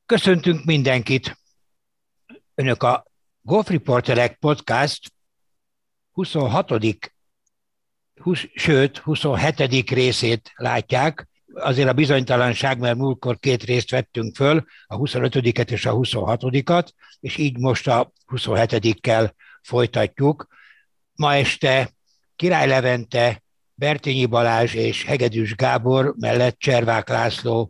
Köszöntünk mindenkit! Önök a Golf Reporterek Podcast 26. Sőt 27. részét látják. Azért a bizonytalanság, mert múltkor két részt vettünk föl, a 25-et és a 26-at, és így most a 27-kel folytatjuk. Ma este Király Levente, Bertényi Balázs és Hegedűs Gábor mellett Cservák László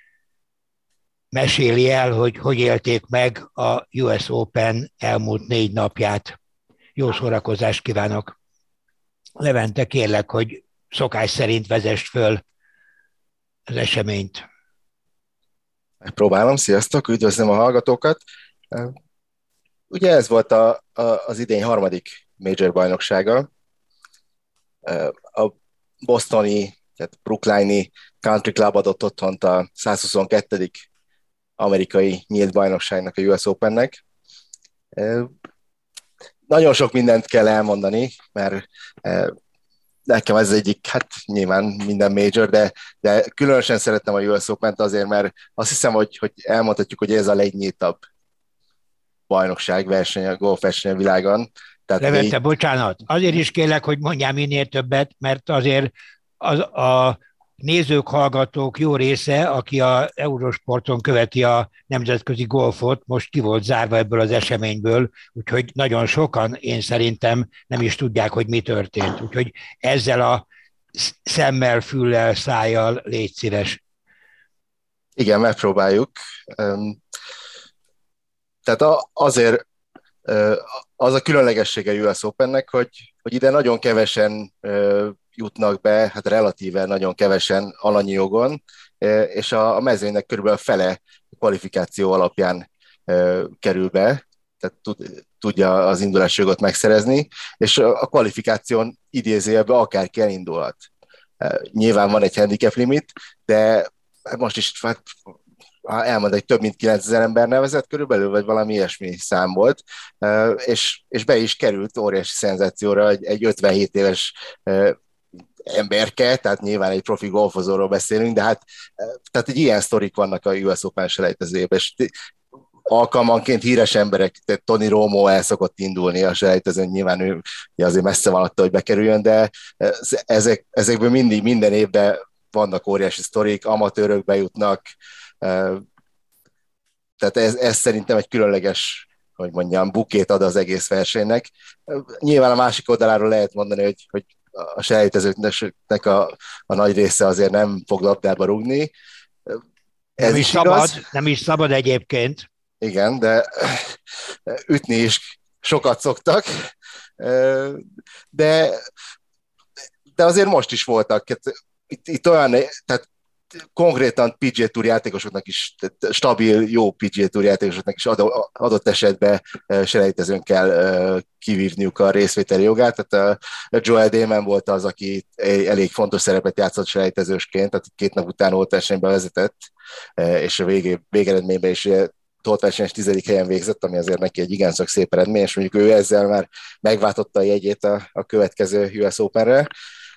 meséli el, hogy élték meg a US Open elmúlt 4 napját. Jó szórakozást kívánok! Levente, kérlek, hogy szokás szerint vezess föl az eseményt. Próbálom, sziasztok, üdvözlöm a hallgatókat. Ugye ez volt az idény harmadik major bajnoksága. A bostoni, tehát brooklyni Country Club adott otthont a 122. amerikai nyílt bajnokságnak, a US Opennek. Nagyon sok mindent kell elmondani, mert nekem ez egyik, hát nyilván minden major, de különösen szerettem a US Open-t azért, mert azt hiszem, hogy elmondhatjuk, hogy ez a legnyíltabb bajnokság, verseny, a golfverseny a világon. Tehát Levente, bocsánat, azért is kérlek, hogy mondjál minél többet, mert azért a nézők, hallgatók jó része, aki a Eurosporton követi a nemzetközi golfot, most ki volt zárva ebből az eseményből, úgyhogy nagyon sokan, én szerintem nem is tudják, hogy mi történt. Úgyhogy ezzel a szemmel, füllel, szájjal légy szíves. Igen, megpróbáljuk. Tehát azért az a különlegessége a US Opennek, hogy ide nagyon kevesen jutnak be, hát relatíve nagyon kevesen alanyi jogon, és a mezőnynek körülbelül fele kvalifikáció alapján kerül be, tehát tudja az indulási jogot megszerezni, és a kvalifikáción idézőjelben akárki elindulhat. Nyilván van egy handicap limit, de most is elmondani, hogy több mint 9000 ember nevezett körülbelül, vagy valami ilyesmi szám volt, és be is került óriási szenzációra egy 57 éves emberke, tehát nyilván egy profi golfozóról beszélünk, de hát tehát egy ilyen sztorik vannak a US Open selejtezőjében, és alkalmanként híres emberek, tehát Tony Romo el szokott indulni a selejtezőn, nyilván ő azért messze van attól, hogy bekerüljön, de ezekből minden évben vannak óriási sztorik, amatőrök bejutnak, tehát ez szerintem egy különleges, hogy mondjam, bukét ad az egész versenynek. Nyilván a másik oldaláról lehet mondani, hogy a selejtezőknek a nagy része azért nem fog labdába rúgni. Nem is szabad egyébként. Igen, de ütni is sokat szoktak, de azért most is voltak. Itt olyan, tehát konkrétan PGA Tour játékosoknak is, stabil, jó PGA Tour játékosoknak is adott esetben selejtezőn kell kivívniuk a részvételi jogát. Tehát a Joel Dahmen volt az, aki elég fontos szerepet játszott selejtezősként, tehát 2 nap után volt versenyben vezetett, és a végeredményben is versenyes 10. helyen végzett, ami azért neki egy igen szép eredmény, és mondjuk ő ezzel már megváltotta a jegyét a következő US Openre.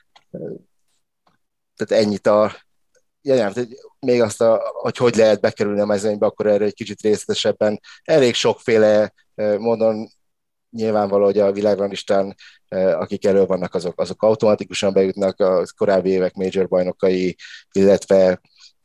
Tehát ennyit még azt, hogy lehet bekerülni a mezőnybe, akkor erre egy kicsit részletesebben. Elég sokféle módon nyilvánvaló, hogy a világranglistán, akik elő vannak, azok automatikusan bejutnak, a korábbi évek major bajnokai, illetve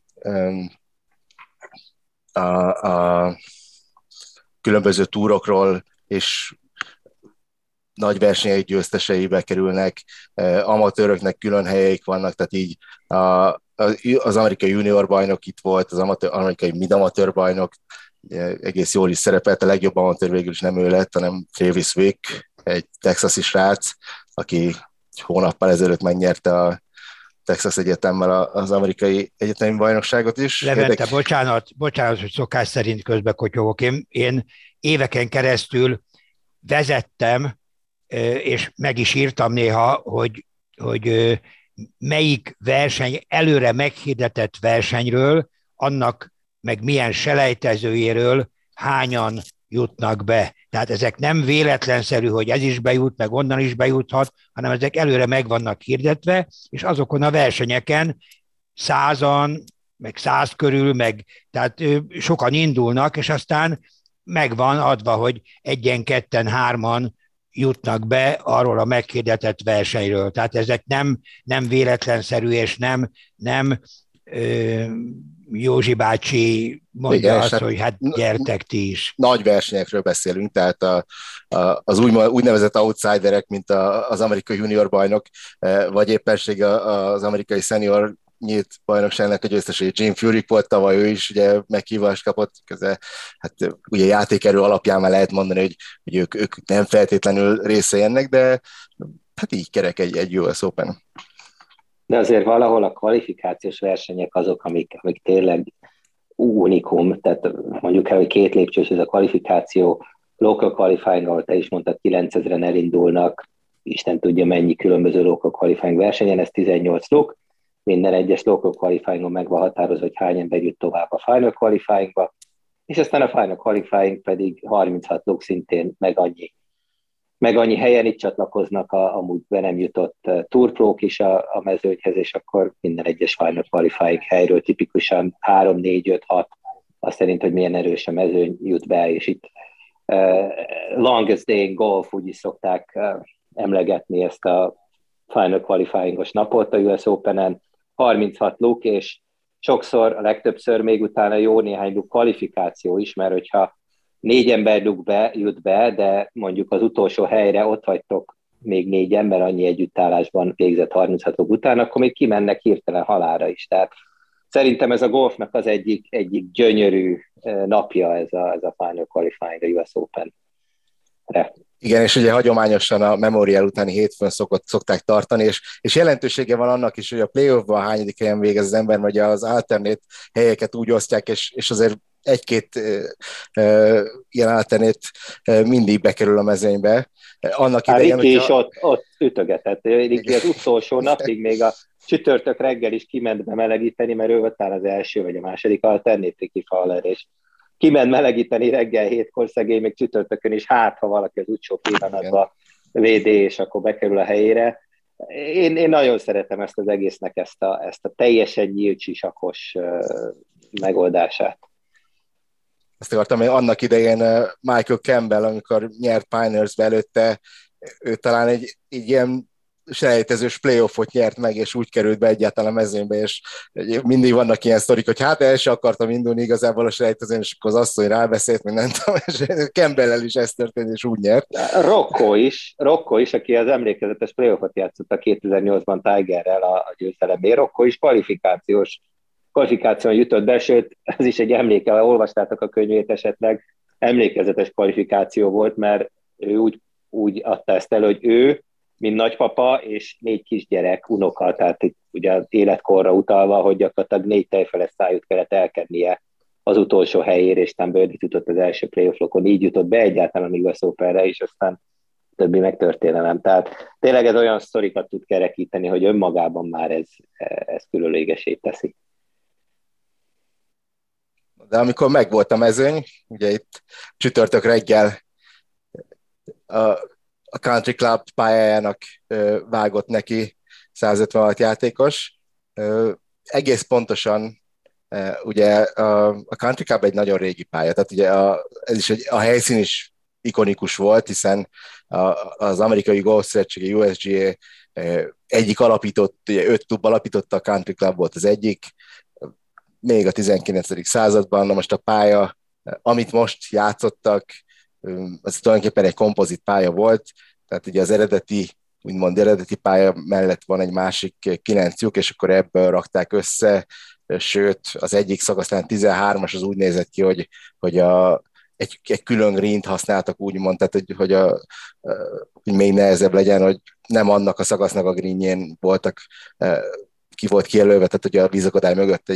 a különböző túrokról és nagy versenyek győztesei bekerülnek, amatőröknek külön helyeik vannak, tehát így az amerikai junior bajnok itt volt, az amerikai mid-amatőr bajnok egész jól is szerepelt, a legjobb amatőr végül is nem ő lett, hanem Travis Wick, egy texasi srác, aki egy hónappal ezelőtt megnyerte a Texas Egyetemmel az amerikai egyetemi bajnokságot is. Levente, bocsánat, hogy szokás szerint közbekotyogok. Én éveken keresztül vezettem, és meg is írtam néha, hogy melyik verseny előre meghirdetett versenyről, annak meg milyen selejtezőjéről hányan jutnak be. Tehát ezek nem véletlenszerű, hogy ez is bejut, meg onnan is bejuthat, hanem ezek előre meg vannak hirdetve, és azokon a versenyeken 100-an, meg 100 körül, tehát sokan indulnak, és aztán megvan adva, hogy egyen, ketten, hárman jutnak be arról a meghirdetett versenyről. Tehát ezek nem véletlenszerű, és nem Józsi bácsi mondja Igen, és azt, hát hogy hát gyertek ti is. nagy versenyekről beszélünk, tehát az úgynevezett outsiderek, mint az amerikai junior bajnok, vagy éppenség az amerikai senior nyílt bajnokságnak a győztese, Jim Furyk volt tavaly, ő is ugye meghívást kapott, hát ugye játékerő alapján már lehet mondani, hogy ők nem feltétlenül részei ennek, de hát így kerek egy US Open. De azért valahol a kvalifikációs versenyek azok, amik tényleg unikum, tehát mondjuk el, hogy 2 lépcsős ez a kvalifikáció, local qualifying, ahol te is mondtad, 9000-en elindulnak, Isten tudja mennyi különböző local qualifying versenyen, ez 18 luk, minden egyes local qualifyingon meg van határozva, hogy hány ember jut tovább a final qualifyingba, és aztán a final qualifying pedig 36 luk, szintén meg annyi helyen itt csatlakoznak amúgy be nem jutott tourprók is a mezőnyhez, és akkor minden egyes final qualifying helyről tipikusan 3, 4, 5, 6, azt szerint, hogy milyen erős a mezőny jut be, és itt longest day in golf, úgy is szokták emlegetni ezt a final qualifyingos napot a US Openen, 36 luk, és sokszor, a legtöbbször még utána jó néhány luk kvalifikáció is, mert hogyha 4 ember jut be, de mondjuk az utolsó helyre ott vagytok még 4 ember annyi együttállásban végzett 36 luk után, akkor még kimennek hirtelen halálra is. Tehát szerintem ez a golfnak az egyik gyönyörű napja ez a Final Qualifying a US Open-re. Igen, és ugye hagyományosan a Memorial utáni hétfőn szokták tartani, és jelentősége van annak is, hogy a playoffban hányadik helyen végez az ember, vagy az alternate helyeket úgy osztják, és azért egy-két ilyen alternate mindig bekerül a mezőnybe. Annak idején, Riki is ott ütögetett. Riki az utolsó napig még a csütörtök reggel is kiment bemelegíteni, mert ő volt az első vagy a második alternate Riki Fowler, és kiment melegíteni reggel 7-kor, szegény még csütörtökön is, hát ha valaki az utolsó pillanatban véd, és akkor bekerül a helyére. Én nagyon szeretem ezt az egésznek, ezt a teljesen nyílt sisakos megoldását. Azt akartam, hogy annak idején Michael Campbell, amikor nyert Pioneers-be előtte, ő talán egy ilyen selejtezős playoffot nyert meg, és úgy került be egyáltalán a mezőnybe, és mindig vannak ilyen sztorik, hogy hát el sem akartam indulni igazából a selejtezőn, és akkor az asszony rábeszélt, nem tudom, és Campbell-el is ez történt, és úgy nyert. Rocco is, aki az emlékezetes playoffot játszott a 2008-ban Tigerrel a győzelemért, Rocco is kvalifikáción jutott be, sőt, ez is egy emléke, ha olvastátok a könyvét esetleg, emlékezetes kvalifikáció volt, mert ő úgy adta ezt el, hogy ő, mint nagypapa, és 4 kisgyerek, unoka, tehát itt ugye életkorra utalva, hogy gyakorlatilag 4 tejfeles szájút kellett elkennie az utolsó helyére, és aztán birdie jutott az első playoffokon, így jutott be egyáltalán a US Openre, és aztán többi megtörténelem. Tehát tényleg ez olyan sztorikat tud kerekíteni, hogy önmagában már ez különlegesé teszi. De amikor megvolt a mezőny, ugye itt csütörtök reggel a Country Club pályájának vágott neki 156 játékos. Egész pontosan ugye a Country Club egy nagyon régi pálya, tehát ugye ez is a helyszín is ikonikus volt, hiszen az amerikai golf szövetség, USGA egyik alapított, ugye 5 klub alapította, a Country Club volt az egyik, még a 19. században, na most a pálya, amit most játszottak, az tulajdonképpen egy kompozit pálya volt, tehát ugye az úgymond eredeti pálya mellett van egy másik 9 lyuk, és akkor ebből rakták össze, sőt, az egyik szakasztán 13-as az úgy nézett ki, hogy egy külön green-t használtak, úgymond, tehát hogy még nehezebb legyen, hogy nem annak a szakasznak a greenjén voltak, ki volt kijelölve, tehát ugye a vízakadály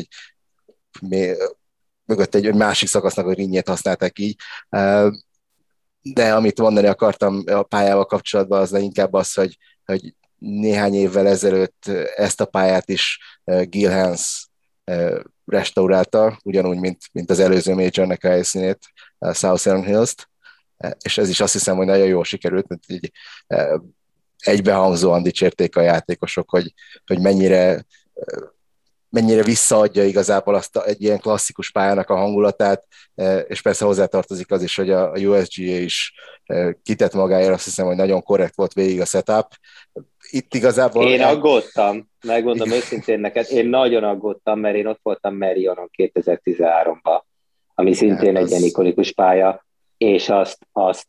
mögött egy másik szakasznak a greenjét használták így. De amit mondani akartam a pályával kapcsolatban, az inkább az, hogy néhány évvel ezelőtt ezt a pályát is Gil Hans restaurálta, ugyanúgy, mint az előző Majornek a helyszínét, a Southern Hills-t, és ez is azt hiszem, hogy nagyon jól sikerült, mert így egybehangzóan dicsérték a játékosok, hogy mennyire mennyire visszaadja igazából egy ilyen klasszikus pályának a hangulatát, és persze hozzátartozik az is, hogy a USGA is kitett magáért, azt hiszem, hogy nagyon korrekt volt végig a setup. Itt igazából... Én aggódtam, megmondom őszintén neked, én nagyon aggódtam, mert én ott voltam Marionon 2013-ban, ami szintén egy ilyen ikonikus pálya, és azt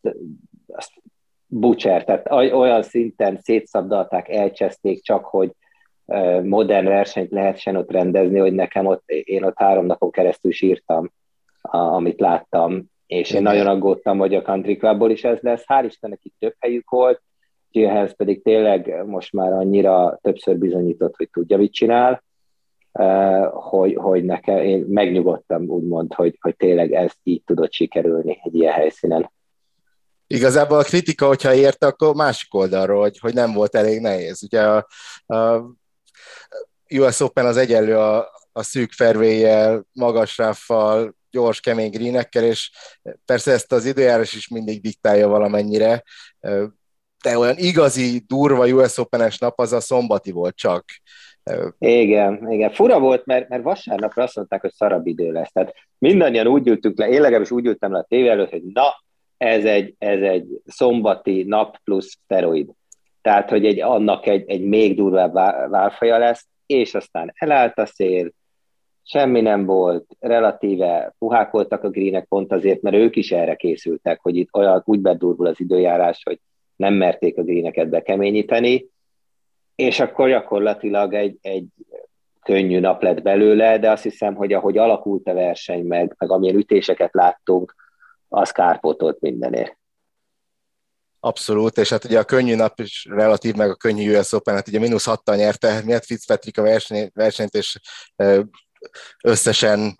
butcher, tehát olyan szinten szétszabdalták, elcseszték, csak hogy modern versenyt lehessen ott rendezni, hogy nekem én ott 3 napon keresztül sírtam, amit láttam, és én nagyon aggódtam, hogy a Country Clubból is ez lesz. Hál' Istennek itt több helyük volt, Jill Helms pedig tényleg most már annyira többször bizonyított, hogy tudja, mit csinál, hogy nekem, én megnyugodtam úgymond, hogy tényleg ez így tudott sikerülni egy ilyen helyszínen. Igazából a kritika, hogyha érte, akkor másik oldalról, hogy nem volt elég nehéz. Ugye a US Open az egyenlő a szűk fairway-jel, magas ráffal, gyors, kemény greenekkel, és persze ezt az időjárás is mindig diktálja valamennyire, de olyan igazi, durva US Open-es nap az a szombati volt csak. Igen. Fura volt, mert vasárnapra azt mondták, hogy szarabb idő lesz. Tehát mindannyian úgy ültünk le, én legalábbis úgy ültem le a tévé előtt, hogy na, ez egy szombati nap plusz szteroid. Tehát, hogy annak egy még durvább válfaja lesz, és aztán elállt a szél, semmi nem volt, relatíve puhák voltak a greenek pont azért, mert ők is erre készültek, hogy itt úgy bedurvul az időjárás, hogy nem merték a greeneket bekeményíteni, és akkor gyakorlatilag egy könnyű nap lett belőle, de azt hiszem, hogy ahogy alakult a verseny, meg amilyen ütéseket láttunk, az kárpótolt mindenért. Abszolút, és hát ugye a könnyű nap is relatív, meg a könnyű US Open, hát ugye -6-tal nyerte Matt Fitzpatrick a versenyt, és összesen,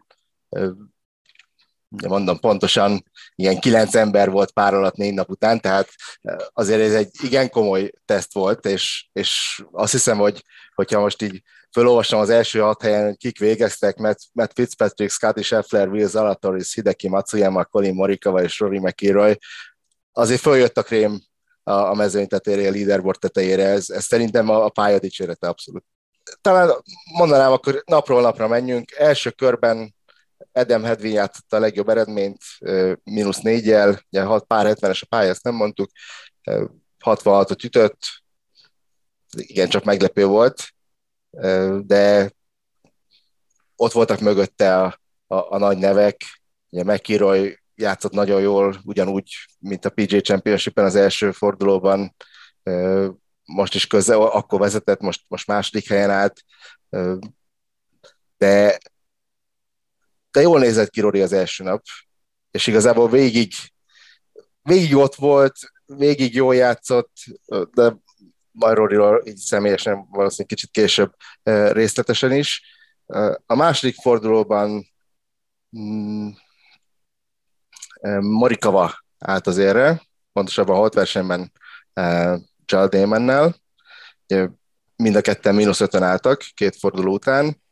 mondom pontosan, ilyen 9 ember volt pár alatt 4 nap után, tehát azért ez egy igen komoly teszt volt, és azt hiszem, hogyha most így felolvasom az első 6 helyen, hogy kik végeztek, Matt Fitzpatrick, Scottie Scheffler, Will Zalatoris, Hideki Matsuyama, Collin Morikawa és Rory McIlroy, azért följött a krém a mezőny tetejére, a leaderboard tetejére, ez szerintem a pálya dicsérete abszolút. Talán mondanám, akkor napról napra menjünk. Első körben Adam Hadwin játszotta a legjobb eredményt, -4-jel, ugye pár 70-es a pálya, ezt nem mondtuk, 66-ot ütött, igen, csak meglepő volt, de ott voltak mögötte a nagy nevek, ugye McIlroy játszott nagyon jól, ugyanúgy, mint a PGA Championship-en az első fordulóban, most is akkor vezetett, most második helyen állt, de jól nézett ki Rory az első nap, és igazából végig ott volt, végig jól játszott, de majd Roryról így személyesen valószínűleg kicsit később részletesen is. A második fordulóban Morikawa állt az érre, pontosabban a holt versenyben Joel Damonnel. Mind a ketten -5-ön álltak 2 forduló után.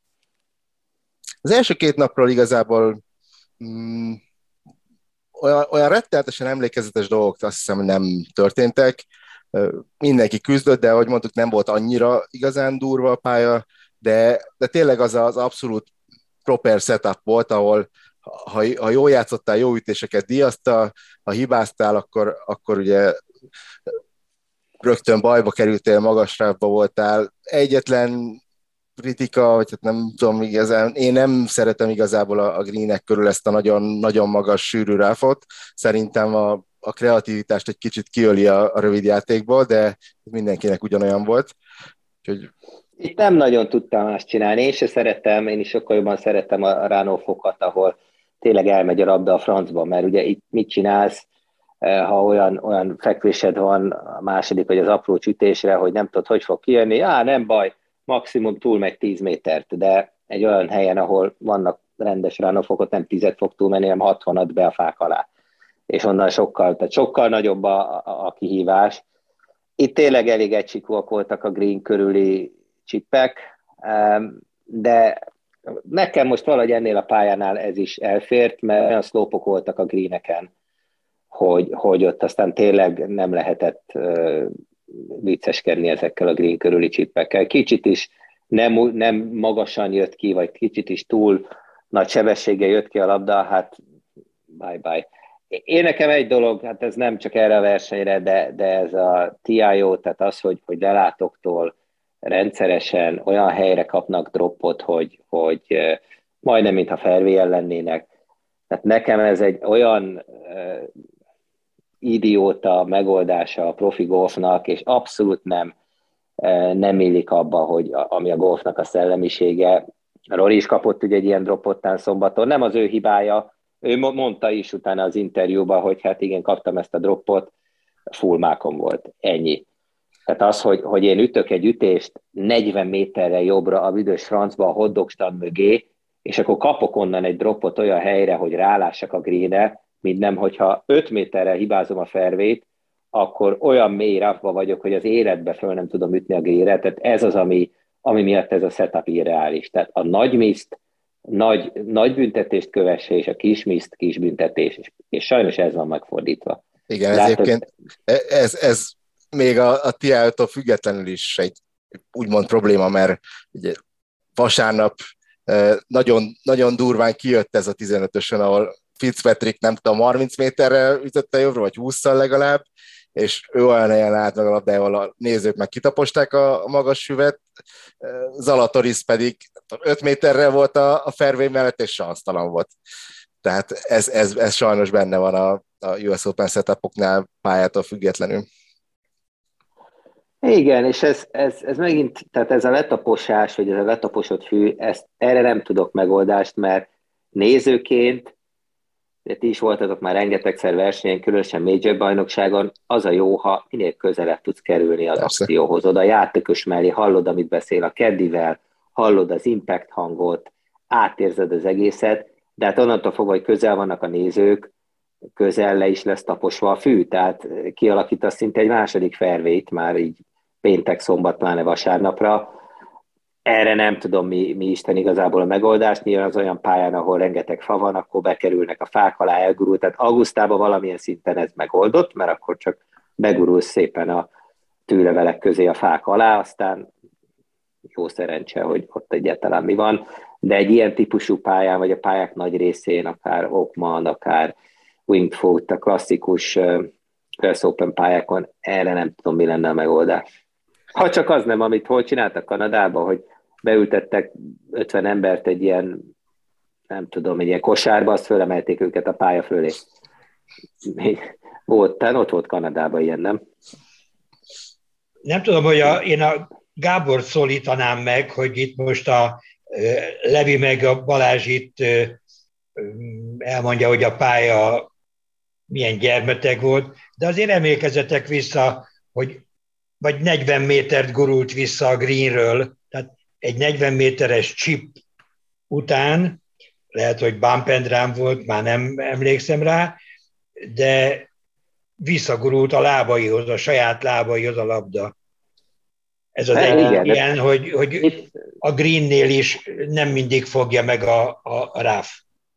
Az első 2 napról igazából olyan rettenetesen emlékezetes dolgok azt hiszem nem történtek. Mindenki küzdött, de ahogy mondtuk, nem volt annyira igazán durva a pálya, de tényleg az abszolút proper setup volt, ahol ha jól játszottál, jó ütéseket díjazta, ha hibáztál, akkor ugye rögtön bajba kerültél, magas rávba voltál. Egyetlen kritika, vagy hát nem tudom igazán, én nem szeretem igazából a greenek körül ezt a nagyon, nagyon magas, sűrű ráfot. Szerintem a kreativitást egy kicsit kiöli a rövid játékból, de mindenkinek ugyanolyan volt. Úgyhogy... Itt nem nagyon tudtam azt csinálni, én is sokkal jobban szeretem a ránófokat, ahol tényleg elmegy a labda a francba, mert ugye itt mit csinálsz, ha olyan fekvésed van a második vagy az apró csütésre, hogy nem tudod, hogy fog kijönni, nem baj, maximum túlmegy 10 métert, de egy olyan helyen, ahol vannak rendes ránófokot, nem 10 fog túlmenni, hanem 60-at be a fák alá. És onnan sokkal nagyobb a kihívás. Itt tényleg elég egysikúak voltak a green körüli csippek, de nekem most valahogy ennél a pályánál ez is elfért, mert olyan szlópok voltak a greeneken, hogy ott aztán tényleg nem lehetett vicceskedni ezekkel a green körüli csippekkel. Kicsit is nem magasan jött ki, vagy kicsit is túl nagy sebességgel jött ki a labda, hát bye-bye. Én nekem egy dolog, hát ez nem csak erre a versenyre, de ez a TIO, tehát az, hogy lelátoktól rendszeresen olyan helyre kapnak droppot, hogy majdnem, mintha fairwayen lennének. Tehát nekem ez egy olyan idióta megoldása a profi golfnak, és abszolút nem illik abba, hogy ami a golfnak a szellemisége. Rory is kapott ugye egy ilyen droppot szombaton, nem az ő hibája, ő mondta is utána az interjúban, hogy hát igen, kaptam ezt a droppot, full mákom volt, ennyi. Tehát az, hogy én ütök egy ütést 40 méterre jobbra a büdös francba a hotdogstand mögé, és akkor kapok onnan egy droppot olyan helyre, hogy rálássak a greenre, mint nem, hogyha 5 méterre hibázom a fairwayt, akkor olyan mély roughba vagyok, hogy az életbe föl nem tudom ütni a greenre. Tehát ez az, ami miatt ez a setup irreális. Tehát a nagy miszt, nagy büntetést kövesse, és a kis miszt, kis büntetés. És sajnos ez van megfordítva. Igen, ez egyébként ez még a TIO-tól függetlenül is egy úgymond probléma, mert ugye vasárnap nagyon, nagyon durván kijött ez a 15-ösön, ahol Fitzpatrick nem tudom, 30 méterre ütötte jobbra, vagy 20-szal legalább, és ő olyan helyen állt meg a labdájával, a nézők meg kitaposták a magas süvet, Zalatoris pedig 5 méterre volt a fairway mellett, és sansztalan volt. Tehát ez sajnos benne van a US Open setupoknál pályától függetlenül. Igen, és ez megint, tehát ez a letaposás, vagy ez a letaposott fű, erre nem tudok megoldást, mert nézőként, de ti is voltatok már rengetegszer versenyen, különösen major bajnokságon, az a jó, ha minél közelebb tudsz kerülni az akcióhoz. Oda a játékos mellé hallod, amit beszél a caddyvel, hallod az impact hangot, átérzed az egészet, de hát onnantól fogva, hogy közel vannak a nézők, közel le is lesz taposva a fű, tehát kialakítasz szinte egy második fairwayt már így péntek, szombat, pláne vasárnapra. Erre nem tudom, mi Isten igazából a megoldást. Nyilván az olyan pályán, ahol rengeteg fa van, akkor bekerülnek a fák alá, elgurul. Tehát augusztában valamilyen szinten ez megoldott, mert akkor csak begurulsz szépen a tűlevelek közé a fák alá, aztán jó szerencse, hogy ott egyáltalán mi van. De egy ilyen típusú pályán, vagy a pályák nagy részén, akár Oakman, akár Winged Foot, a klasszikus US Open pályákon, erre nem tudom, mi lenne a megoldás. Ha csak az nem, amit hol csináltak Kanadában, hogy beültettek 50 embert egy ilyen, nem tudom, egy ilyen kosárba, azt fölemelték őket a pálya fölé. Ott volt Kanadában ilyen, nem? Nem tudom, hogy én a Gábor szólítanám meg, hogy itt most a Levi meg a Balázs itt elmondja, hogy a pálya milyen gyermeteg volt, de azért emlékezzetek vissza, hogy vagy 40 métert gurult vissza a greenről, tehát egy 40 méteres chip után, lehet, hogy bump and run volt, már nem emlékszem rá, de visszagurult a lábaihoz, a saját lábaihoz a labda. Ez az egyik ilyen, hogy a greennél is nem mindig fogja meg a ráf.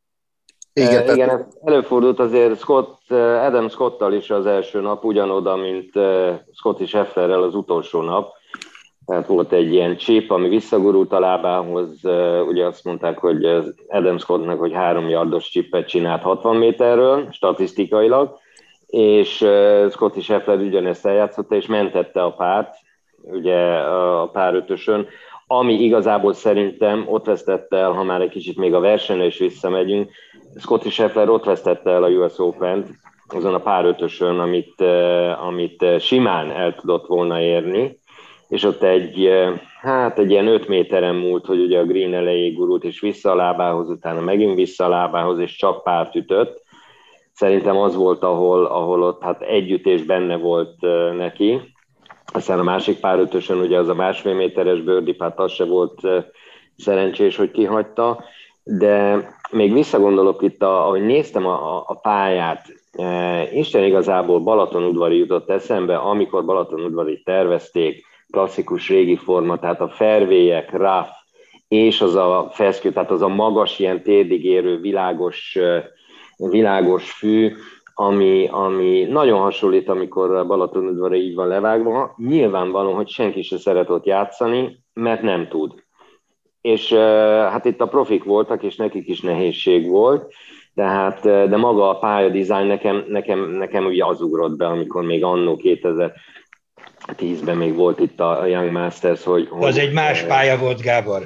Igen, előfordult azért Adam Scottal is az első nap, ugyanoda, mint Scottie Schefflerrel az utolsó nap. Tehát volt egy ilyen chip, ami visszagurult a lábához. Ugye azt mondták, hogy Adam Scottnak, hogy 3 yardos chipet csinált 60 méterről, statisztikailag, és Scottie Scheffler ugyanezt eljátszotta, és mentette a párt, ugye a párötösön, ami igazából szerintem ott vesztette el, ha már egy kicsit még a versenyre is visszamegyünk, Scottie Scheffler ott vesztette el a US Open-t, azon a párötösön, amit simán el tudott volna érni, és ott egy ilyen 5 méteren múlt, hogy ugye a green elejéig gurult, és vissza a lábához, utána megint vissza a lábához, és csak párt ütött. Szerintem az volt, ahol ott hát egy ütés benne volt neki. Aztán a másik párötösön ugye az a 1,5 méteres birdie, hát az se volt szerencsés, hogy kihagyta, de még visszagondolok itt, ahogy néztem a pályát, Isten igazából Balatonudvari jutott eszembe, amikor Balatonudvari tervezték, klasszikus régi forma, tehát a fairwayek, rough, és az a feszkő, tehát az a magas, ilyen térdig érő világos fű, ami nagyon hasonlít, amikor a Balatonudvarra így van levágva. Nyilvánvaló, hogy senki se szeret ott játszani, mert nem tud. És hát itt a profik voltak, és nekik is nehézség volt, tehát, de maga a pályadizájn nekem ugye az ugrott be, amikor még annó 2010-ben még volt itt a Young Masters, hogy az egy más pálya volt, Gábor.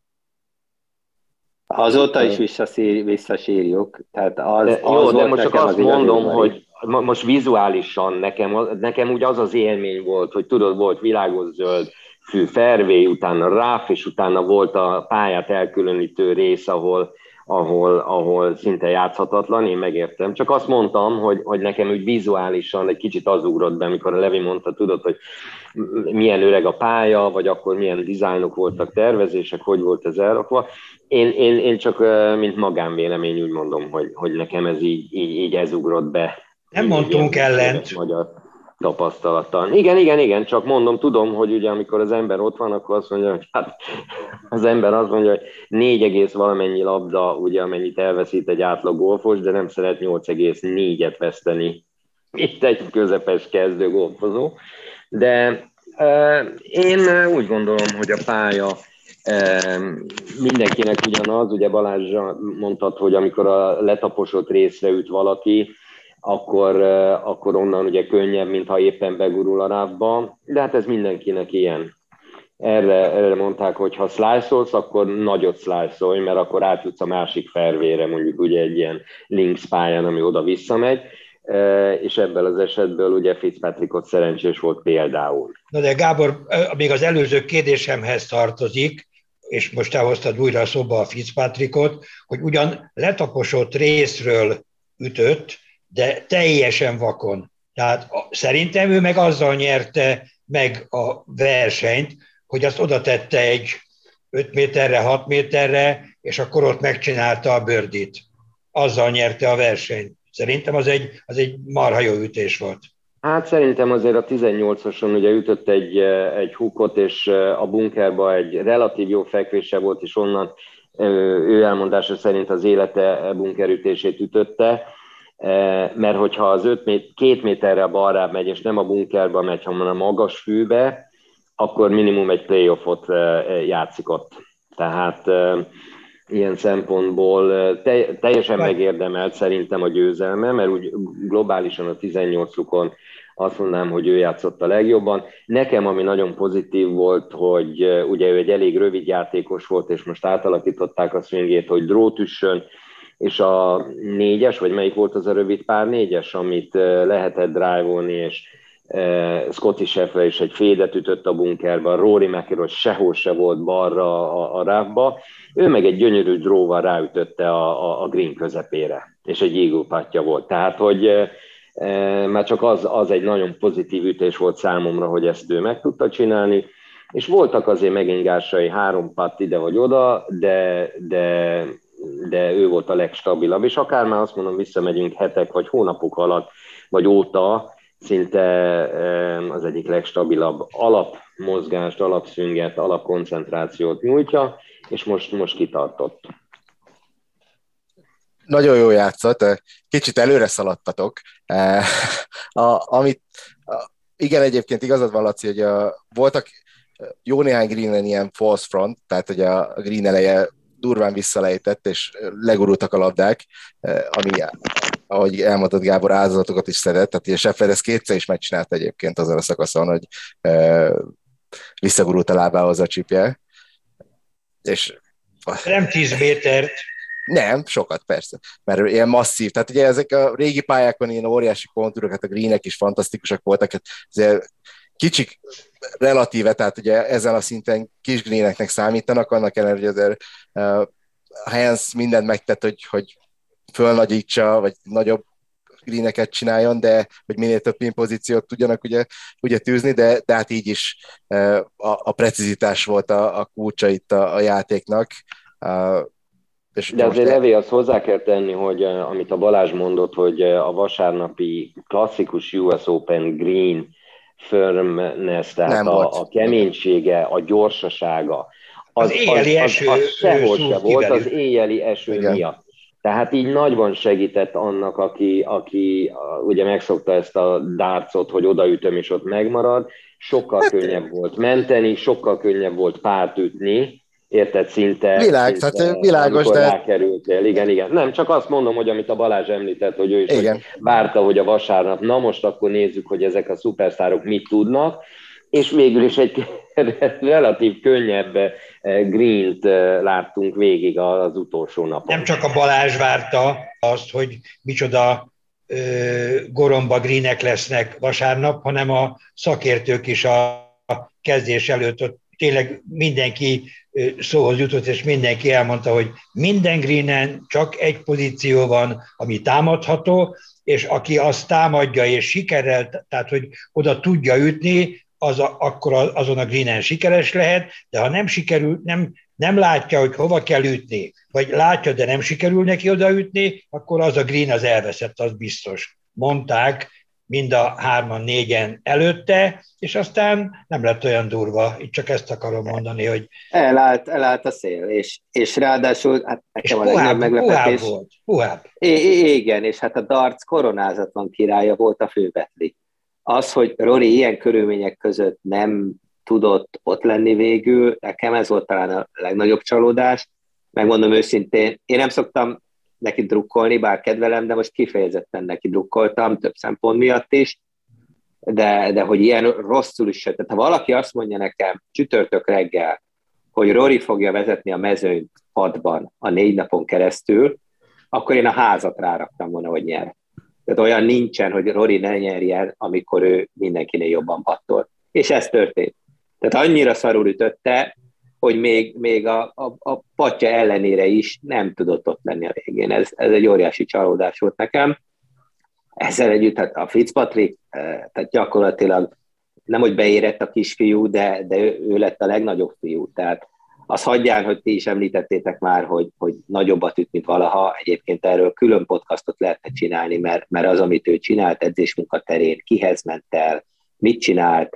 Azóta is visszasírjuk. Tehát jó, de most csak azt mondom, hogy most vizuálisan nekem úgy az élmény volt, hogy tudod, volt világos zöld fű, fairway, utána ráf, és utána volt a pályát elkülönítő rész, ahol szinte játszhatatlan, én megértem. Csak azt mondtam, hogy nekem úgy vizuálisan egy kicsit az ugrott be, amikor a Levi mondta, tudod, hogy milyen öreg a pálya, vagy akkor milyen dizájnok voltak, tervezések, hogy volt ez elrakva. Én csak mint magánvélemény úgy mondom, hogy nekem ez így ez ugrott be. Nem mondtunk ellent. Magyar tapasztalattal. Igen, csak mondom, tudom, hogy ugye amikor az ember ott van, akkor azt mondja, hogy hát az ember azt mondja, hogy 4, valamennyi labda, ugye amennyit elveszít egy átlag golfos, de nem szeret 8,4-et veszteni itt egy közepes kezdő golfozó. De én úgy gondolom, hogy a pálya mindenkinek ugyanaz, ugye Balázs mondtad, hogy amikor a letaposott részre üt valaki, akkor onnan ugye könnyebb, mintha éppen begurul a rávba, de hát ez mindenkinek ilyen. Erre mondták, hogy ha slice-olsz, akkor nagyot slice-olj, mert akkor átjutsz a másik fairway-re, mondjuk ugye egy ilyen links pályán, ami oda-vissza megy, és ebből az esetből ugye Fitzpatrickot szerencsés volt például. Na de Gábor, még az előző kérdésemhez tartozik, és most te hoztad újra a szóba a Fitzpatrickot, hogy ugyan letaposott részről ütött, de teljesen vakon. Tehát szerintem ő meg azzal nyerte meg a versenyt, hogy azt oda tette egy 5 méterre, 6 méterre, és akkor ott megcsinálta a birdie-t. Azzal nyerte a versenyt. Szerintem az egy marha jó ütés volt. Hát szerintem azért a 18-oson ugye ütött egy hookot, és a bunkerba egy relatív jó fekvése volt, és onnan ő elmondása szerint az élete bunkerütését ütötte, mert hogyha az 2 méterre balrább megy, és nem a bunkerba megy, hanem a magas fűbe, akkor minimum egy playoffot játszik ott. Tehát ilyen szempontból teljesen megérdemelt szerintem a győzelme, mert úgy globálisan a 18 lukon azt mondanám, hogy ő játszott a legjobban. Nekem, ami nagyon pozitív volt, hogy ugye ő egy elég rövid játékos volt, és most átalakították a swingét, hogy drót üssön, és a 4-es, vagy melyik volt az a rövid pár 4-es, amit lehetett drive-olni, és Scottie Scheffler is egy fédet ütött a bunkerba, Rory McIlroy sehol se volt balra a rávba, ő meg egy gyönyörű dróval ráütötte a green közepére, és egy eagle puttja volt. Tehát, hogy már csak az egy nagyon pozitív ütés volt számomra, hogy ezt ő meg tudta csinálni, és voltak azért megingásai, 3 putt ide vagy oda, de ő volt a legstabilabb, és akár már azt mondom, visszamegyünk hetek vagy hónapok alatt, vagy óta, szinte az egyik legstabilabb alapmozgást, alapszünget, alapkoncentrációt nyújtja, és most kitartott. Nagyon jó játszott, kicsit előre szaladtatok. Igen, egyébként igazad van, Laci, hogy voltak jó néhány greenen ilyen false front, tehát hogy a green eleje durván visszalejtett, és legurultak a labdák, ami, ahogy elmondott Gábor, áldozatokat is szedett, tehát a Scheffler ezt 2-szer is megcsinált egyébként azon a szakaszon, hogy visszagurult a lábához a csipje. És nem 10 métert. Nem, sokat persze, mert ilyen masszív, tehát ugye ezek a régi pályákon ilyen óriási kontúrok, hát a greenek is fantasztikusak voltak, hát azért kicsik relatíve, tehát ugye ezen a szinten kis greeneknek számítanak, annak ellenére, hogy azért Hens mindent megtett, hogy fölnagyítsa, vagy nagyobb greeneket csináljon, de hogy minél több pin pozíciót tudjanak ugye tűzni, de hát így is a precizitás volt a kulcsa itt a játéknak. De azért Levi, azt hozzá kell tenni, hogy amit a Balázs mondott, hogy a vasárnapi klasszikus US Open green firmness, tehát a keménysége, a gyorsasága, az éjjeli eső sehol se volt az éjjeli eső miatt. Tehát így nagyban segített annak, aki ugye megszokta ezt a dartsot, hogy odaütöm és ott megmarad, sokkal könnyebb volt menteni, sokkal könnyebb volt párt ütni, érted, szinte tehát világos, amikor de... rákerültél. Igen. Nem, csak azt mondom, hogy amit a Balázs említett, hogy ő is hogy várta, hogy a vasárnap, na most akkor nézzük, hogy ezek a szupersztárok mit tudnak, és végül is egy relatív könnyebb greent láttunk végig az utolsó napon. Nem csak a Balázs várta azt, hogy micsoda goromba greenek lesznek vasárnap, hanem a szakértők is a kezdés előtt ott tényleg mindenki szóhoz jutott, és mindenki elmondta, hogy minden greenen csak egy pozíció van, ami támadható, és aki azt támadja és sikerrel, tehát hogy oda tudja ütni, akkor azon a greenen sikeres lehet, de ha nem sikerül, nem látja, hogy hova kell ütni, vagy látja, de nem sikerül neki odaütni, akkor az a green az elveszett, az biztos. Mondták mind a 3-4 előtte, és aztán nem lett olyan durva. Itt csak ezt akarom mondani, hogy... Elállt a szél, és ráadásul hát nekem a legnagyobb meglepetés... Puhább. Igen, és hát a darts koronázatlan királya volt a főbetli. Az, hogy Rory ilyen körülmények között nem tudott ott lenni végül, nekem ez volt talán a legnagyobb csalódás. Megmondom őszintén, én nem szoktam neki drukkolni, bár kedvelem, de most kifejezetten neki drukkoltam, több szempont miatt is, de hogy ilyen rosszul is se. Tehát ha valaki azt mondja nekem csütörtök reggel, hogy Rory fogja vezetni a mezőnyt 6-ban a 4 napon keresztül, akkor én a házat ráraktam volna, hogy nyer. Tehát olyan nincsen, hogy Rory ne nyerjen, amikor ő mindenkinél jobban pattol. És ez történt. Tehát annyira szarul ütötte, hogy még a patja ellenére is nem tudott ott lenni a végén. Ez egy óriási csalódás volt nekem. Ezzel együtt hát a Fitzpatrick, tehát gyakorlatilag nem, hogy beérett a kisfiú, de ő lett a legnagyobb fiú. Tehát azt hagyján, hogy ti is említettétek már, hogy nagyobbat üt, mint valaha. Egyébként erről külön podcastot lehetne csinálni, mert az, amit ő csinált edzésmunkaterén, kihez ment el, mit csinált,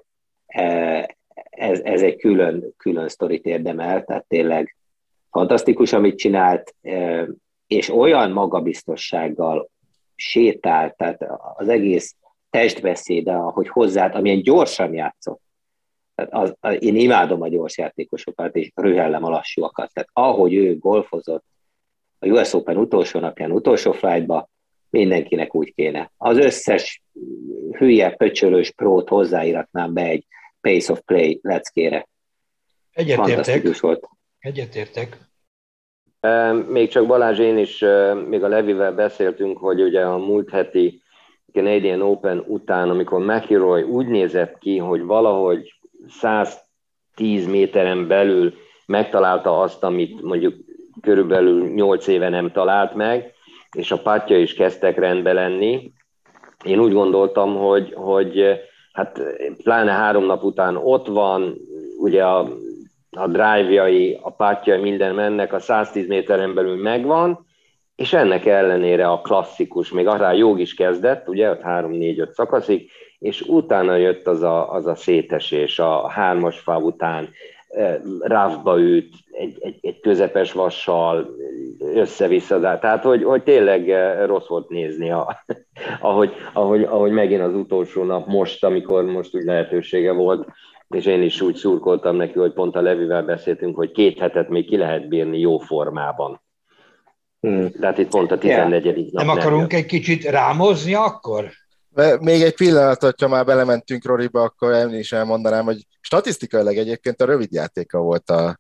ez egy külön sztorit érdemel, tehát tényleg fantasztikus, amit csinált, és olyan magabiztossággal sétált, tehát az egész testbeszéde, ahogy hozzáállt, amilyen gyorsan játszott. Tehát én imádom a gyors játékosokat, és rühellem a lassúakat. Tehát ahogy ő golfozott a US Open utolsó napján, utolsó flightba, mindenkinek úgy kéne. Az összes hülye, pöcsölős prót hozzáíratnám be egy pace of play leckére. Fantasztikus volt. Egyetértek. Még csak Balázs, én is, még a Levivel beszéltünk, hogy ugye a múlt heti Canadian Open után, amikor McIlroy úgy nézett ki, hogy valahogy 110 méteren belül megtalálta azt, amit mondjuk körülbelül 8 éve nem talált meg, és a pátja is kezdtek rendbe lenni. Én úgy gondoltam, hogy hát pláne 3 nap után ott van, ugye a drive-jai, a pátjai, minden mennek, a 110 méteren belül megvan, és ennek ellenére a klasszikus, még arra jog is kezdett, ugye, 3-4-5 szakaszig, és utána jött az a szétesés, a 3-as fáv után roughba üt, egy közepes vassal össze-vissza, tehát hogy tényleg rossz volt nézni, ahogy megint az utolsó nap most, amikor most úgy lehetősége volt, és én is úgy szurkoltam neki, hogy pont a Levivel beszéltünk, hogy 2 hetet még ki lehet bírni jó formában. Tehát itt pont a 14. nap nem akarunk egy kicsit rámozni akkor? Még egy pillanatot, ha már belementünk Roryba, akkor én is elmondanám, hogy statisztikailag egyébként a rövid játéka volt a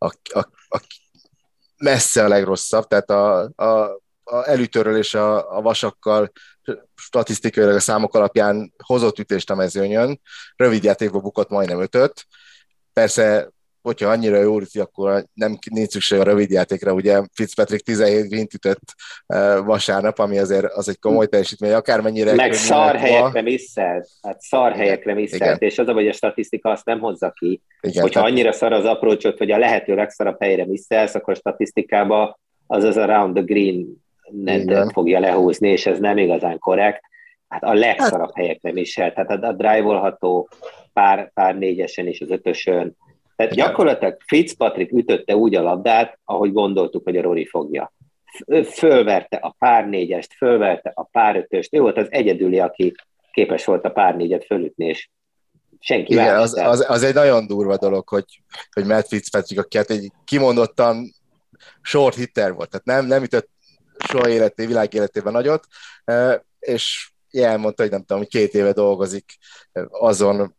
messze a legrosszabb, tehát a elütörölés a vasakkal statisztikailag a számok alapján hozott ütést a mezőnyön, rövid játékban bukott majdnem 5-öt. Persze, hogyha annyira jó üti, akkor nincs szükség a rövid játékra, ugye Fitzpatrick 17 green ütött vasárnap, ami azért az egy komoly teljesítmény, akármennyire... Meg szar helyekre misszelt, hát szar helyekre misszelt, és az, hogy a statisztika azt nem hozza ki, igen, hogyha annyira szar az approachot, hogy a lehető legszarabb helyre misszelsz, akkor a statisztikában az around the green nem fogja lehúzni, és ez nem igazán korrekt. Hát a legszarabb helyekre misselt, tehát a drive-olható pár négyesen és az 5-ösön. Tehát gyakorlatilag Fitzpatrick ütötte úgy a labdát, ahogy gondoltuk, hogy a Rory fogja. fölverte a pár négyest, fölverte a pár ötöst, ő volt az egyedüli, aki képes volt a pár négyet fölütni, és senki igen, más. az egy nagyon durva dolog, hogy Matt Fitzpatrick, aki hát egy kimondottan short hitter volt, tehát nem ütött soha világ életében nagyot, és elmondta, hogy nem tudom, hogy 2 éve dolgozik azon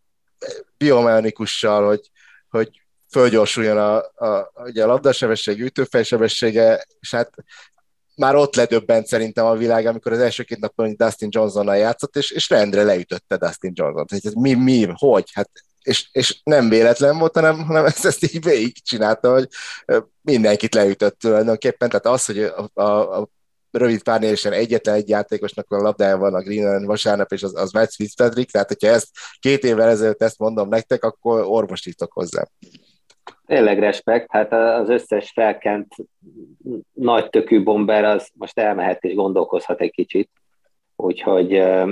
biomekanikussal, hogy fölgyorsuljon ugye a labdasebesség, ütőfejsebessége, és hát már ott ledöbbent szerintem a világ, amikor az első 2 napon Dustin Johnsonnal játszott, és rendre leütötte Dustin Johnson-t. Hogy? Hát, és nem véletlen volt, hanem ezt így végigcsinálta, hogy mindenkit leütött tulajdonképpen. Tehát az, hogy a rövid párnélésen egyetlen egy játékosnak a labdája van a Greenen vasárnap, és az Matt Fitzpatrick, tehát hogyha ezt 2 évvel ezelőtt ezt mondom nektek, akkor orvosítok hozzá. Tényleg respekt, hát az összes felkent nagy tökű bomber az most elmehet és gondolkozhat egy kicsit. Úgyhogy,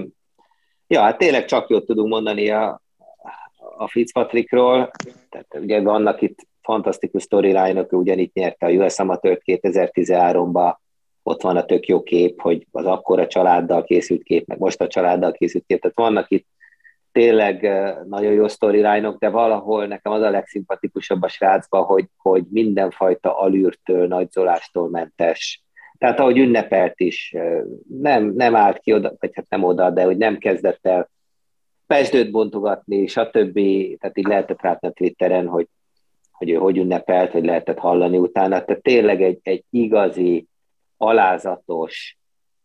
ja, hát tényleg csak jót tudunk mondani a Fitzpatrickról. Tehát ugye vannak itt fantasztikus storyline-ok, ugyanitt nyerte a US Amatőrt 2013-ban, ott van a tök jó kép, hogy az akkora családdal készült kép, meg most a családdal készült kép, tehát vannak itt tényleg nagyon jó storyline-ok, de valahol nekem az a legszimpatikusabb a srácban, hogy mindenfajta alűrtől, nagyzolástól mentes. Tehát ahogy ünnepelt is, nem állt ki oda, vagy hát nem oda, de hogy nem kezdett el pezsdőt bontogatni, stb. Tehát így lehetett látni a Twitteren, hogy ő hogy ünnepelt, hogy lehetett hallani utána. Tehát tényleg egy igazi, alázatos,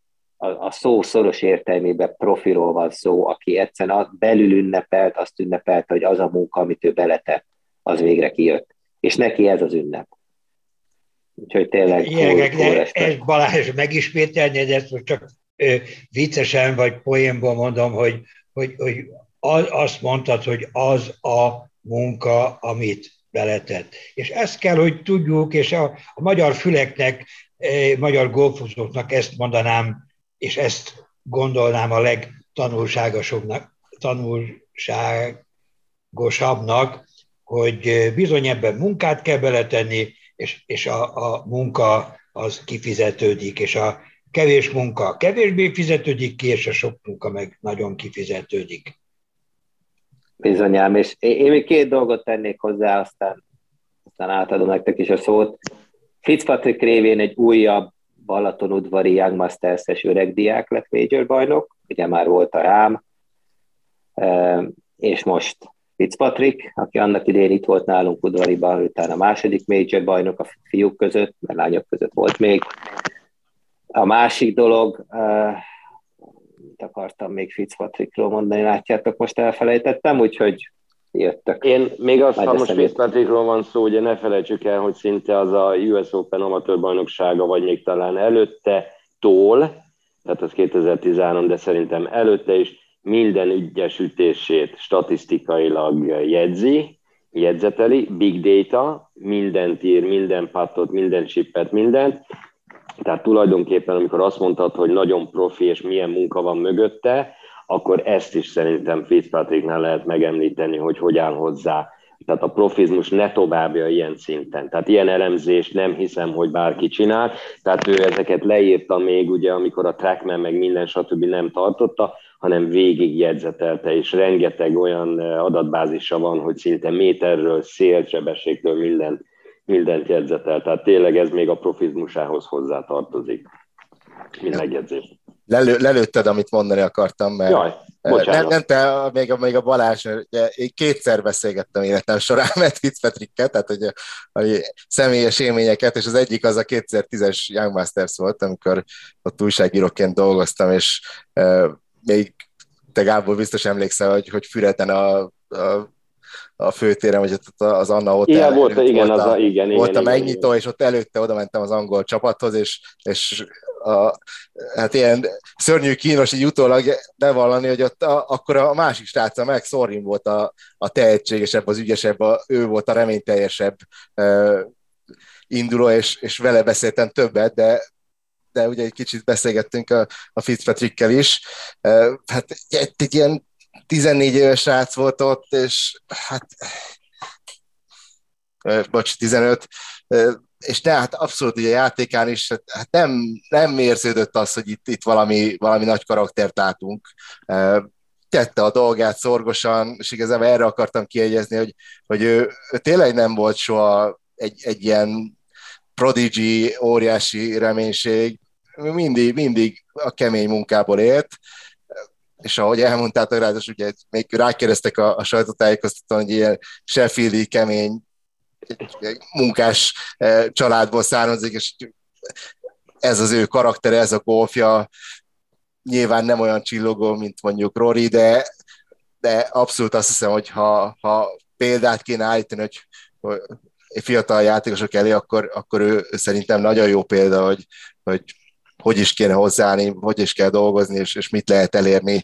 a szó szoros értelmében profiról van szó, aki egyszerűen belül ünnepelt, azt ünnepelt, hogy az a munka, amit ő beletett, az végre kijött. És neki ez az ünnep. Úgyhogy tényleg ez Balázs megismételni, de ezt most csak viccesen vagy poénból mondom, hogy azt mondtad, hogy az a munka, amit beletett. És ezt kell, hogy tudjuk, és a magyar füleknek, magyar golfozóknak ezt mondanám, és ezt gondolnám a legtanulságosabbnak, hogy bizony ebben munkát kell beletenni, és a munka az kifizetődik, és a kevés munka kevésbé fizetődik ki, és a sok munka meg nagyon kifizetődik. Bizonyám, és én még 2 dolgot tennék hozzá, aztán átadom nektek is a szót. Fitzpatrick révén egy újabb Balatonudvari Young Masters-es öregdiák lett major bajnok, ugye már volt a Rám, és most Fitzpatrick, aki annak idején itt volt nálunk udvariban, utána a második major bajnok a fiúk között, mert lányok között volt még. A másik dolog, mit akartam még Fitzpatrickról mondani, látjátok, most elfelejtettem, úgyhogy jöttök. Én még azt, ha most Fitzpatrickról van szó, ugye ne felejtsük el, hogy szinte az a US Open amatőr bajnoksága, vagy még talán előtte tehát az 2013, de szerintem előtte is minden ügyes ütését statisztikailag jegyzeteli, big data, mindent ír, minden puttot, minden chippet, mindent. Tehát tulajdonképpen, amikor azt mondtad, hogy nagyon profi és milyen munka van mögötte, akkor ezt is szerintem Fitzpatricknál lehet megemlíteni, hogy áll hozzá. Tehát a profizmus ne továbbja ilyen szinten. Tehát ilyen elemzést nem hiszem, hogy bárki csinál. Tehát ő ezeket leírta még, ugye, amikor a Trackman meg minden stb. Nem tartotta, hanem végig jegyzetelte, és rengeteg olyan adatbázisa van, hogy szinte méterről, szélsebességtől mindent jegyzetel. Tehát tényleg ez még a profizmusához hozzá tartozik. Mint megjegyzés. Lelőtted, amit mondani akartam, mert Jaj, nem te, még a Balázs, én 2-szer beszélgettem életem során Matt Fitzpatrickkel, tehát hogy a személyes élményeket, és az egyik az a 2010-es Young Masters volt, amikor ott újságíróként dolgoztam, és még te Gábor biztos emlékszel, hogy Füreden a főtéren, vagy az Anna Hotel igen, volt a megnyitó, és ott előtte oda mentem az angol csapathoz, és hát ilyen szörnyű kínos így utólag bevallani, hogy ott akkor a másik sráca meg Sorin volt a tehetségesebb, az ügyesebb, ő volt a reményteljesebb induló, és vele beszéltem többet, de ugye egy kicsit beszélgettünk a Fitzpatrickkel is. Hát egy ilyen 14 éves srác volt ott, és hát 15, és hát abszolút ugye a játékán is hát nem érződött az, hogy itt valami nagy karaktert látunk. Tette a dolgát szorgosan, és igazából erre akartam kiegyezni, hogy ő tényleg nem volt soha egy ilyen prodigy, óriási reménység, mindig a kemény munkából élt, és ahogy elmondtátok rá, és ugye még rákérdeztek a sajtótájékoztatón, hogy ilyen sheffieldi kemény munkás családból származik, és ez az ő karaktere, ez a golfja, nyilván nem olyan csillogó, mint mondjuk Rory, de abszolút azt hiszem, hogy ha példát kéne állítani, hogy fiatal játékosok elé, akkor ő szerintem nagyon jó példa, hogy is kéne hozzáállni, hogy is kell dolgozni, és mit lehet elérni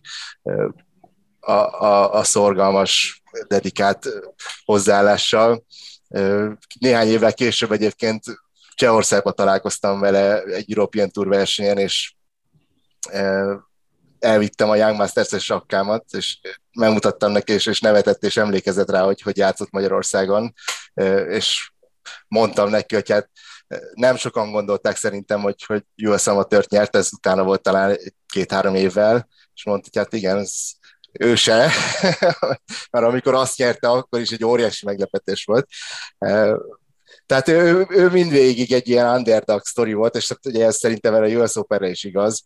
a szorgalmas, dedikált hozzáállással. Néhány évvel később egyébként Csehországban találkoztam vele egy European Tour versenyen, és elvittem a Young Masters-es sapkámat, és megmutattam neki, és nevetett, és emlékezett rá, hogy játszott Magyarországon, és mondtam neki, hogy hát nem sokan gondolták szerintem, hogy US Amatőrt nyert, ez utána volt talán 2-3 évvel, és mondta, hogy hát igen, ő se, mert amikor azt nyerte, akkor is egy óriási meglepetés volt. Tehát ő mindvégig egy ilyen underdog sztori volt, és ugye ez szerintem erre a US Openre is igaz.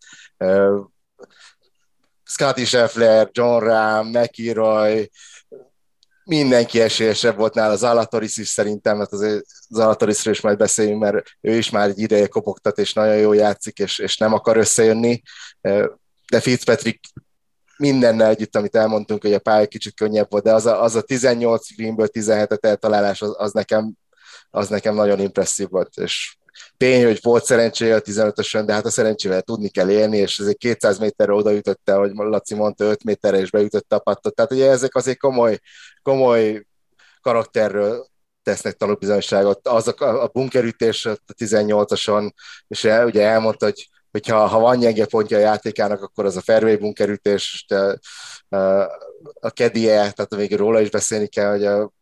Scottie Scheffler, John Rahm, McIlroy, mindenki esélyesebb volt nála, Zalatoris is szerintem, mert az Zalatorisról is majd beszéljünk, mert ő is már egy ideje kopogtat, és nagyon jól játszik, és nem akar összejönni, de Fitzpatrick mindennel együtt, amit elmondtunk, hogy a pálya kicsit könnyebb volt, de az a 18 greenből 17-et eltalálás, az nekem nagyon impresszív volt, és tény, hogy volt szerencséje a 15-ösön, de hát a szerencsével tudni kell élni, és ezért 200 méterre odaütötte, ahogy Laci mondta, 5 méterre is beütötte a pattot. Tehát ugye ezek azért komoly karakterről tesznek tanúbizonyságot. Az a bunkerütés a 18-ason, és ugye elmondta, hogy ha van gyenge pontja a játékának, akkor az a fairway bunkerütés, a kedie, tehát még róla is beszélni kell, hogy a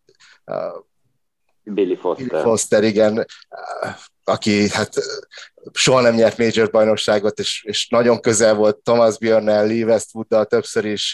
Billy Foster, igen, aki hát soha nem nyert major bajnokságot, és nagyon közel volt Thomas Björnnel, Lee Westwooddal többször is.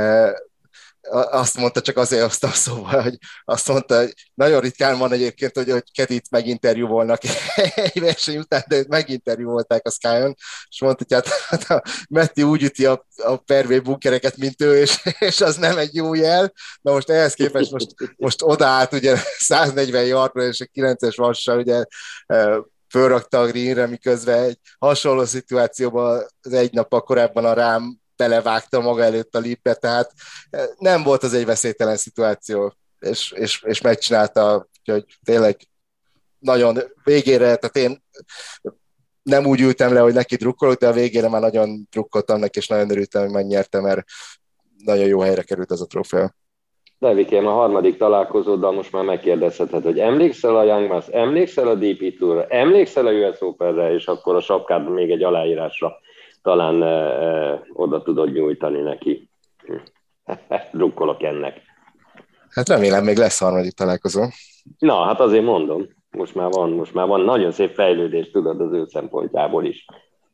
Azt mondta, csak azért hoztam szóval, hogy azt mondta, hogy nagyon ritkán van egyébként, hogy Kedit meginterjúvolnak egy verseny után, de őt meginterjúvolták a Skyon, és mondta, hogy hát a Metti úgy üti a fairway bunkereket, mint ő, és az nem egy jó jel. Na most ehhez képest most odaállt ugye 140 yardra, és a 9-es vassal ugye fölrakta a greenre, miközben egy hasonló szituációban az egy nappal korábban a Rám belevágta maga előtt a lipbe, tehát nem volt az egy veszélytelen szituáció, és megcsinálta, hogy tényleg nagyon végére, tehát én nem úgy ültem le, hogy neki drukkolok, de a végére már nagyon drukkoltam neki, és nagyon örültem, hogy megnyerte, mert nagyon jó helyre került az a trófea. Devikém, a harmadik találkozóddal most már megkérdezheted, hogy emlékszel a Young Masters, emlékszel a DP Tourra, emlékszel a US Openre, és akkor a sapkádban még egy aláírásra talán oda tudod nyújtani neki. Drukkolok ennek. Hát remélem még lesz harmadik találkozó. Na, hát azért mondom, most már van nagyon szép fejlődés, tudod, az ő szempontjából is.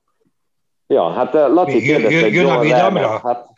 Ja, hát Laci kérdezte John Rahmet. Hát,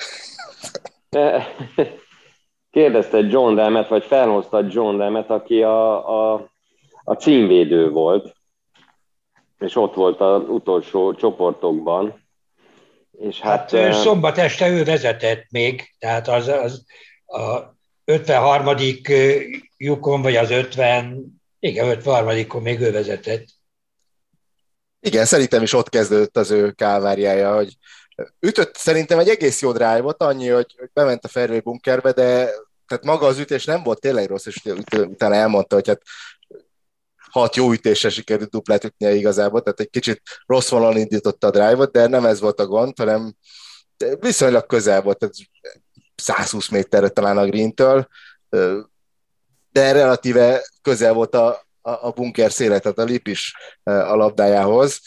kérdezte John Rahmet, vagy felhozta John Rahmet, aki a címvédő volt, és ott volt az utolsó csoportokban. És hát szombat este ő vezetett még, tehát az a 53. lyukon, vagy az 53-on még ő vezetett. Igen, szerintem is ott kezdődött az ő kálváriája, hogy ütött szerintem egy egész jó drive-ot, annyi, hogy bement a fairway bunkerbe, de tehát maga az ütés nem volt tényleg rossz, és utána elmondta, hogy hát 6 jó ütésre sikerült duplát ütnie igazából, tehát egy kicsit rossz vonalon indította a drive-ot, de nem ez volt a gond, hanem viszonylag közel volt, tehát 120 méterre talán a greentől, de relatíve közel volt a bunker széle, tehát a lip is a labdájához.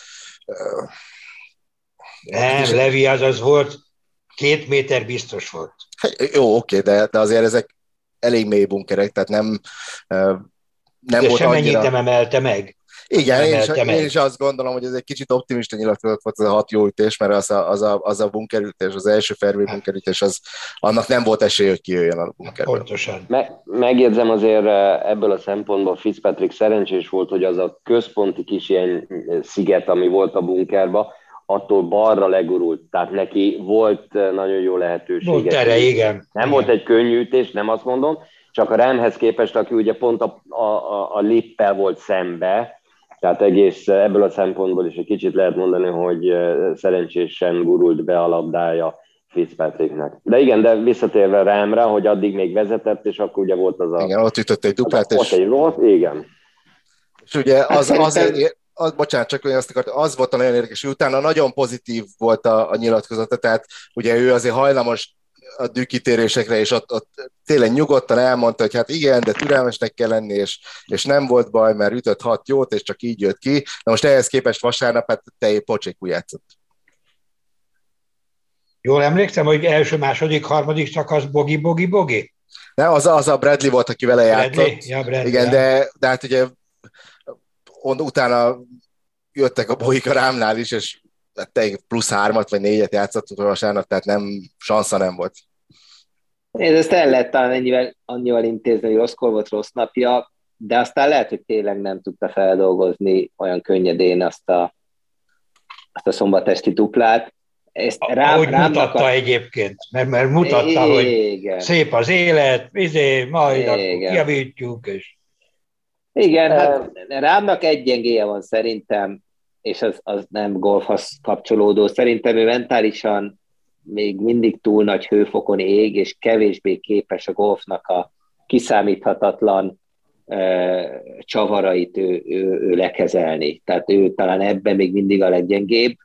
Nem, Levi az volt, 2 méter biztos volt. Jó, oké, de azért ezek elég mély bunkerek, tehát nem volt semmennyit annyira... nem emelte meg. Igen, én is azt gondolom, hogy ez egy kicsit optimista nyilatkozat volt, az a 6 jó ütés, mert az a bunkerütés, az első fairway bunkerütés, annak nem volt esély, hogy kijöjjön a bunkerből. Pontosan. Megjegyzem azért ebből a szempontból Fitzpatrick szerencsés volt, hogy az a központi kis ilyen sziget, ami volt a bunkerba, attól balra legurult, tehát neki volt nagyon jó lehetősége. Volt erre, igen. Nem volt egy könnyű ütés, nem azt mondom, csak a Ramhez képest, aki ugye pont a lippel volt szembe, tehát egész ebből a szempontból is egy kicsit lehet mondani, hogy szerencsésen gurult be a labdája Fitzpatricknek. De igen, de visszatérve Ramre, hogy addig még vezetett, és akkor ugye volt az a... Igen, ott ütött egy duplát, igen. És ugye bocsánat, csak azt akartam, az volt a nagyon érdekes, hogy utána nagyon pozitív volt a nyilatkozata, tehát ugye ő azért hajlamos a dűkitérésekre, és ott tényleg nyugodtan elmondta, hogy hát igen, de türelmesnek kell lenni, és nem volt baj, mert ütött 6 jót, és csak így jött ki. Na most ehhez képest vasárnap, hát te pocsékul játszott. Jól emlékszem, hogy első, második, harmadik szakasz bogi? Nem, az a Bradley volt, aki vele játszott. Bradley, igen, de hát ugye utána jöttek a bogik a Rámnál is, és plusz 3-at vagy 4-et játszottunk vasárnap, tehát sansza nem volt. Ezt el lehet talán annyival intézni, hogy rosszkor volt, rossz napja, de aztán lehet, hogy tényleg nem tudta feldolgozni olyan könnyedén azt a szombatesti duplát. Ahogy mutatta egyébként, mert mutatta, hogy szép az élet, majd akkor kijavítjuk. Igen, hát Rámnak egy gyengéje van szerintem, és az nem golfhoz kapcsolódó. Szerintem ő mentálisan még mindig túl nagy hőfokon ég, és kevésbé képes a golfnak a kiszámíthatatlan csavarait ő lekezelni. Tehát ő talán ebben még mindig a leggyengébb.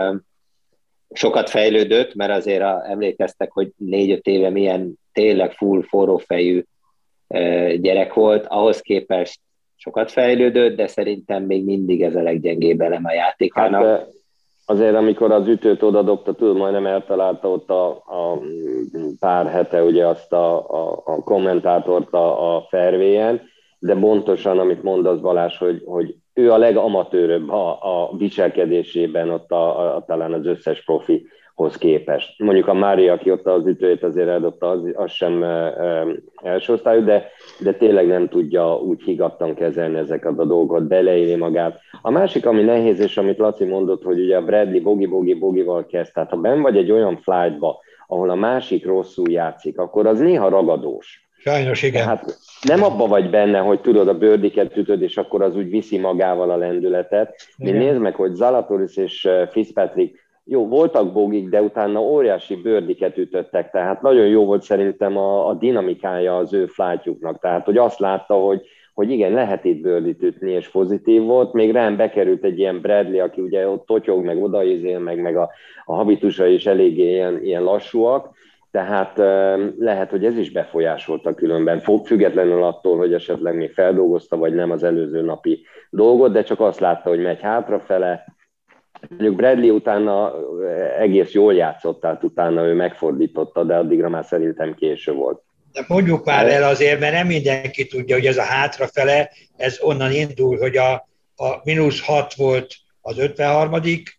Sokat fejlődött, mert azért emlékeztek, hogy 4-5 éve milyen tényleg full forrófejű gyerek volt, ahhoz képest sokat fejlődött, de szerintem még mindig ez a leggyengébb elem a játékának. Hát, azért, amikor az ütőt odadobta, tudom, majdnem eltalálta ott a pár hete ugye azt a kommentátort a fairwayen, de pontosan, amit mondasz Balázs, hogy ő a legamatőröbb a viselkedésében ott talán az összes profihoz képest. Mondjuk a Mári, aki ott az ütőjét azért eldobta, az sem első osztályú, de tényleg nem tudja úgy higgadtan kezelni ezeket a dolgokat, beleélni magát. A másik, ami nehéz, és amit Laci mondott, hogy ugye a Bradley bogival kezd, tehát ha benn vagy egy olyan flightba, ahol a másik rosszul játszik, akkor az néha ragadós. Sajnos, igen. Hát nem abba vagy benne, hogy tudod, a birdiket ütöd, és akkor az úgy viszi magával a lendületet. Nézd meg, hogy Zalatoris és Fitzpatrick, jó, voltak bogik, de utána óriási birdiket ütöttek, tehát nagyon jó volt szerintem a dinamikája az ő flightjuknak, tehát hogy azt látta, hogy igen, lehet itt birdit ütni, és pozitív volt, még rám bekerült egy ilyen Bradley, aki ugye ott totyog, meg odaizél, meg a habitusai is eléggé ilyen lassúak, tehát lehet, hogy ez is befolyásolta különben, függetlenül attól, hogy esetleg még feldolgozta, vagy nem az előző napi dolgot, de csak azt látta, hogy megy hátrafele. Mondjuk Bradley utána egész jól játszott, tehát utána ő megfordította, de addigra már szerintem késő volt. De mondjuk már el azért, mert nem mindenki tudja, hogy ez a hátrafele, ez onnan indul, hogy a -6 volt az 53.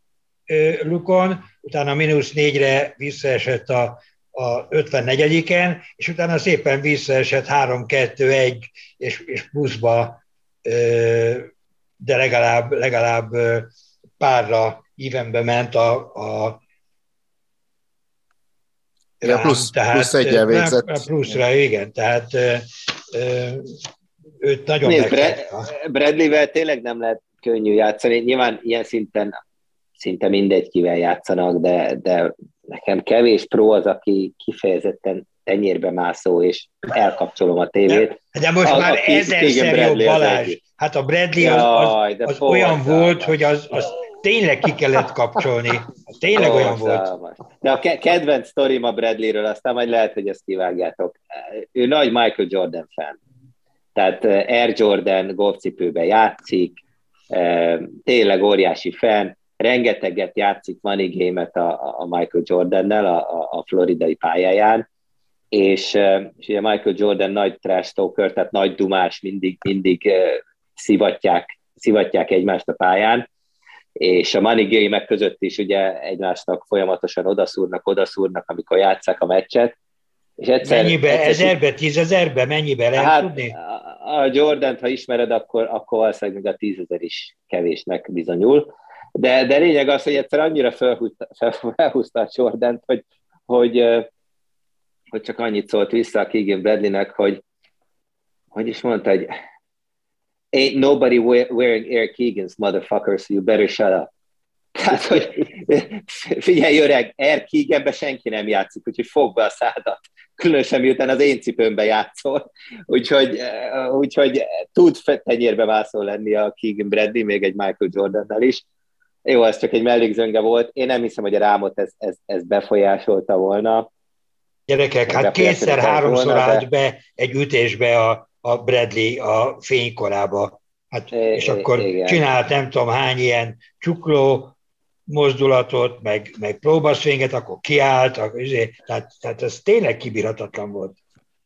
lukon, utána -4-re visszaesett a 54-en, és utána szépen visszaesett 3-2-1, és pluszba, de legalább párra ívenbe ment a rám, plusz egyel végzett. Pluszra, igen, tehát őt nagyon megkapta. Bradley-vel tényleg nem lehet könnyű játszani. Nyilván ilyen szinten szinte mindegy, kivel játszanak, de nekem kevés pro az, aki kifejezetten tenyérbe mászó, és elkapcsolom a tévét. De most már ezerszer jobb Balázs. Hát a Bradley az olyan volt, hogy az tényleg ki kellett kapcsolni. Tényleg olyan volt. De a kedvenc sztorim a Bradleyről, aztán majd lehet, hogy ezt kivágjátok. Ő nagy Michael Jordan fan. Tehát Air Jordan golfcipőben játszik, tényleg óriási fan, rengeteget játszik money game-et a Michael Jordannel a floridai pályáján, és ugye Michael Jordan nagy trash talker, tehát nagy dumás, mindig szivatják szivatják egymást a pályán, és a money game-ek között is ugye egymásnak folyamatosan odaszúrnak, amikor játsszák a meccset. És mennyibe? 1000-be, 10.000-be? Mennyibe lehet tudni? A Jordant, ha ismered, akkor valószínűleg még a 10.000 is kevésnek bizonyul. De lényeg az, hogy egyszer annyira felhúzta a Jordant, hogy csak annyit szólt vissza a Keegan Bradley-nek, hogy is mondta, hogy ain't nobody wearing Air Keegans, motherfucker, so you better shut up. Tehát, hogy figyelj öreg, Air Keeganbe senki nem játszik, úgyhogy fogd be a szádat. Különösen miután az én cipőmbe játszol. Úgyhogy tud tenyérbe vászol lenni a Keegan Bradley, még egy Michael Jordannal is. Jó, ez csak egy mellékzönge volt. Én nem hiszem, hogy a Rámot ez befolyásolta volna. Gyerekek, hát 2-3-szor állt be egy ütésbe a Bradley a fénykorába. Hát, és akkor igen. Csinált nem tudom hány ilyen csukló mozdulatot, meg próbaszvinget, akkor kiállt, tehát ez tényleg kibírhatatlan volt.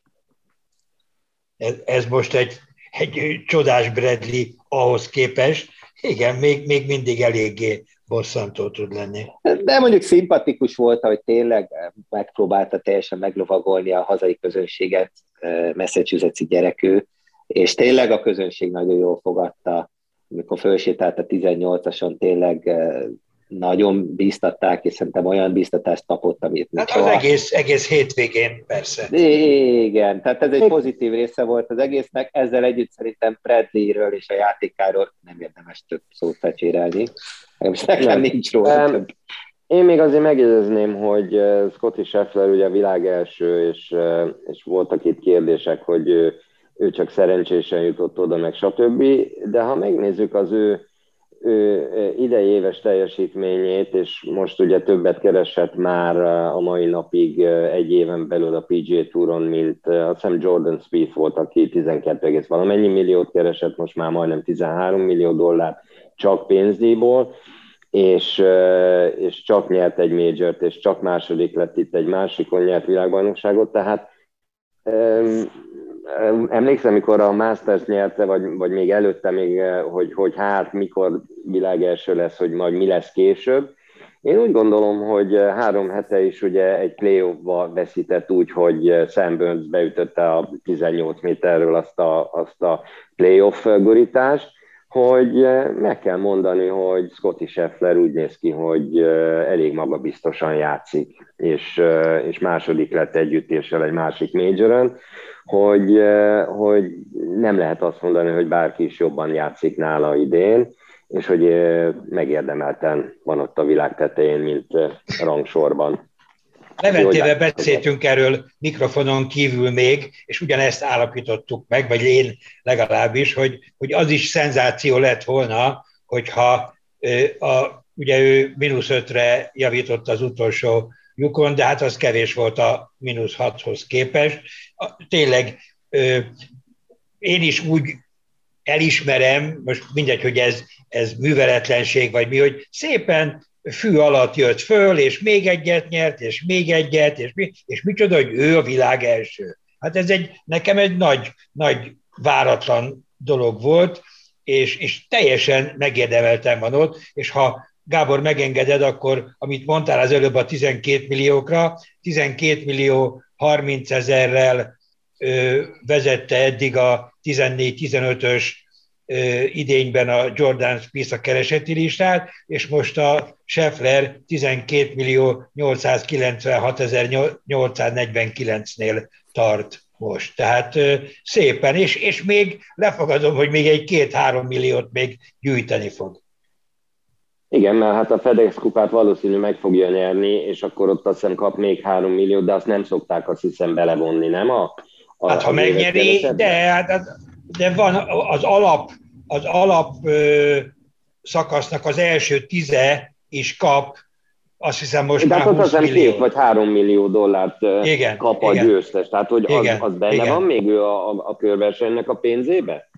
Ez most egy csodás Bradley ahhoz képest, igen, még mindig eléggé bosszantó tud lenni. De mondjuk szimpatikus volt, hogy tényleg megpróbálta teljesen meglovagolni a hazai közönséget, Massachusetts-i gyerekű, és tényleg a közönség nagyon jól fogadta, amikor fölsétált a 18-ason, tényleg nagyon bíztatták, és szerintem olyan bíztatást kapott, amit hát az egész hétvégén, persze. Igen, tehát ez egy pozitív része volt az egésznek, ezzel együtt szerintem Bradleyről és a játékáról nem érdemes több szót fecsérelni. Nekem nincs róla több. Én még azért megjegyezném, hogy Scottie Scheffler ugye a világ első, és voltak itt kérdések, hogy ő csak szerencsésen jutott oda, meg stb. De ha megnézzük az ő idei éves teljesítményét, és most ugye többet keresett már a mai napig egy éven belül a PGA Touron, mint azt hiszem Jordan Spieth volt, aki 12, valamennyi milliót keresett, most már majdnem 13 millió dollár csak pénzdíjból, és csak nyert egy majort, és csak második lett itt egy másikon, nyert világbajnokságot, tehát emlékszem, mikor a Masters nyerte, vagy még előtte, hogy hát mikor világ első lesz, hogy majd mi lesz később. Én úgy gondolom, hogy 3 hete is ugye egy playoffba veszített úgy, hogy Sam Burns beütötte a 18 méterről azt a playoff gurítást, hogy meg kell mondani, hogy Scottie Scheffler úgy néz ki, hogy elég magabiztosan játszik, és második lett egy ütéssel egy másik majoron, hogy nem lehet azt mondani, hogy bárki is jobban játszik nála idén, és hogy megérdemelten van ott a világ tetején, mint rangsorban. Leventével beszéltünk erről mikrofonon kívül még, és ugyanezt állapítottuk meg, vagy én legalábbis, hogy az is szenzáció lett volna, hogyha ugye ő -5-re javított az utolsó lyukon, de hát az kevés volt a -6-hoz képest. Tényleg én is úgy elismerem, most mindegy, hogy ez műveletlenség vagy mi, hogy szépen fű alatt jött föl, és még egyet nyert, és még egyet, és micsoda, hogy ő a világ első. Hát ez nekem egy nagy váratlan dolog volt, és teljesen megérdemeltem van ott, és ha Gábor megengeded, akkor amit mondtál az előbb a 12 milliókra, 12 millió 30 000-rel vezette eddig a 14-15-ös idényben a Jordan Spieth a kereseti listát, és most a Scheffler 12 millió 896 849-nél tart most. Tehát szépen, és még lefogadom, hogy még egy 2-3 milliót még gyűjteni fog. Igen, mert hát a FedEx kupát valószínű meg fogja nyerni, és akkor ott azt hiszem kap még 3 milliót, de azt nem szokták, azt hiszem belevonni, nem? Hát ha megnyeri, de van az alap szakasznak az első 10 is kap, azt hiszem most de már 20 millió. 2 vagy 3 millió dollárt kap a győztes, tehát hogy az benne van még ő a körversenynek a pénzébe?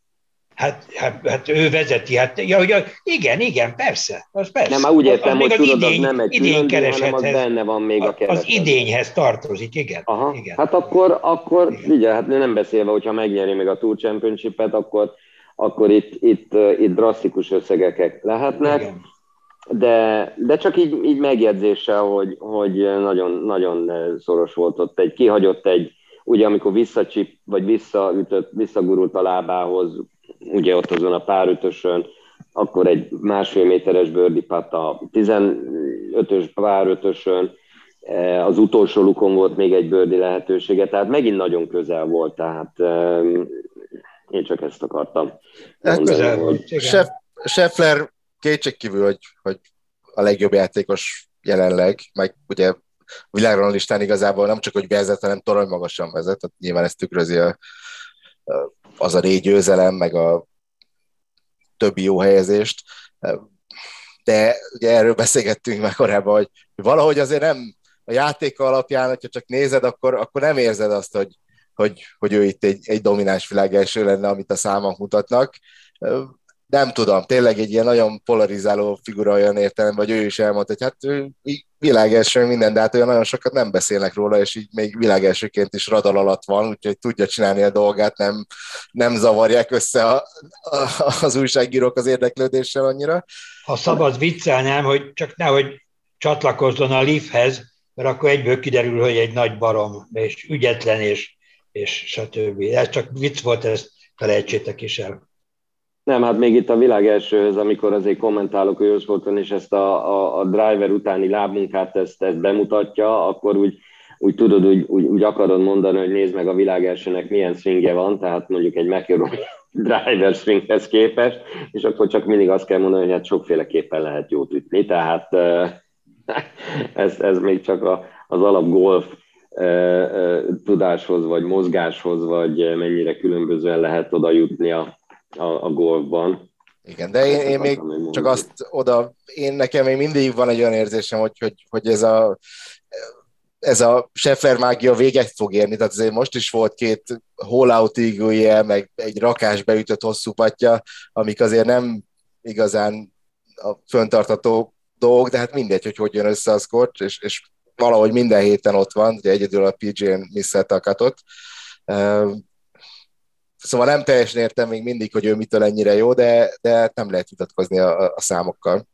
Hát ő vezeti, igen, persze. Az persze. Nem, már úgy értem, hogy tudod, az nem egy külön, hanem az benne van még a kereslet. Az idényhez tartozik, igen. Aha. Igen. Hát akkor figyelj, hát nem beszélve, hogyha megnyeri még a Tour Championship-et, akkor itt drasztikus összegek lehetnek. Igen. De csak így megjegyzéssel, hogy nagyon, nagyon szoros volt ott kihagyott ugye amikor visszagurult a lábához, ugye ott azon a párötösön, akkor egy 1,5 méteres birdie putt a 15-ös párötösön, az utolsó lukon volt még egy birdie lehetősége, tehát megint nagyon közel volt, tehát én csak ezt akartam mondani. Hogy... Scheffler kétségkívül, hogy a legjobb játékos jelenleg, meg ugye a világranglistán igazából nem csak, hogy vezet, hanem torony magasan vezet, tehát nyilván ezt tükrözi az a 4 győzelem, meg a többi jó helyezést, de ugye erről beszélgettünk már korábban, hogy valahogy azért nem a játéka alapján, hogyha csak nézed, akkor nem érzed azt, hogy ő itt egy domináns világelső lenne, amit a számok mutatnak. Nem tudom, tényleg egy ilyen nagyon polarizáló figura olyan értelemben, vagy ő is elmondta, hogy hát ő világelső minden, de hát olyan nagyon sokat nem beszélnek róla, és így még világelsőként is radar alatt van, úgyhogy tudja csinálni a dolgát, nem zavarják össze az újságírók az érdeklődéssel annyira. Ha szabad viccelnem, hogy csak nehogy csatlakozzon a Leafhez, mert akkor egyből kiderül, hogy egy nagy barom, és ügyetlen, és stb. Ez csak vicc volt, ezt felejtsétek is el. Nem, hát még itt a világ elsőhöz, amikor azért kommentálok Eurosporton, és ezt a driver utáni lábmunkát ezt bemutatja, akkor úgy tudod, úgy akarod mondani, hogy nézd meg a világ elsőnek milyen swingje van, tehát mondjuk egy McIlroy driver swinghez képest, és akkor csak mindig azt kell mondani, hogy hát sokféleképpen lehet jót ütni, tehát ez még csak az alap golf tudáshoz, vagy mozgáshoz, vagy mennyire különbözően lehet oda jutni a golfban. Igen, de én még csak azt nekem még mindig van egy olyan érzésem, hogy ez a Scheffler mágia véget fog érni, tehát azért most is volt 2 hole-out eagle-je, meg egy rakás beütött hosszú pattja, amik azért nem igazán a föntartató dolgok, de hát mindegy, hogy jön össze a Scott, és valahogy minden héten ott van, ugye egyedül a PGA-n misszelte a cutot. Szóval nem teljesen értem még mindig, hogy ő mitől ennyire jó, de nem lehet vitatkozni a számokkal.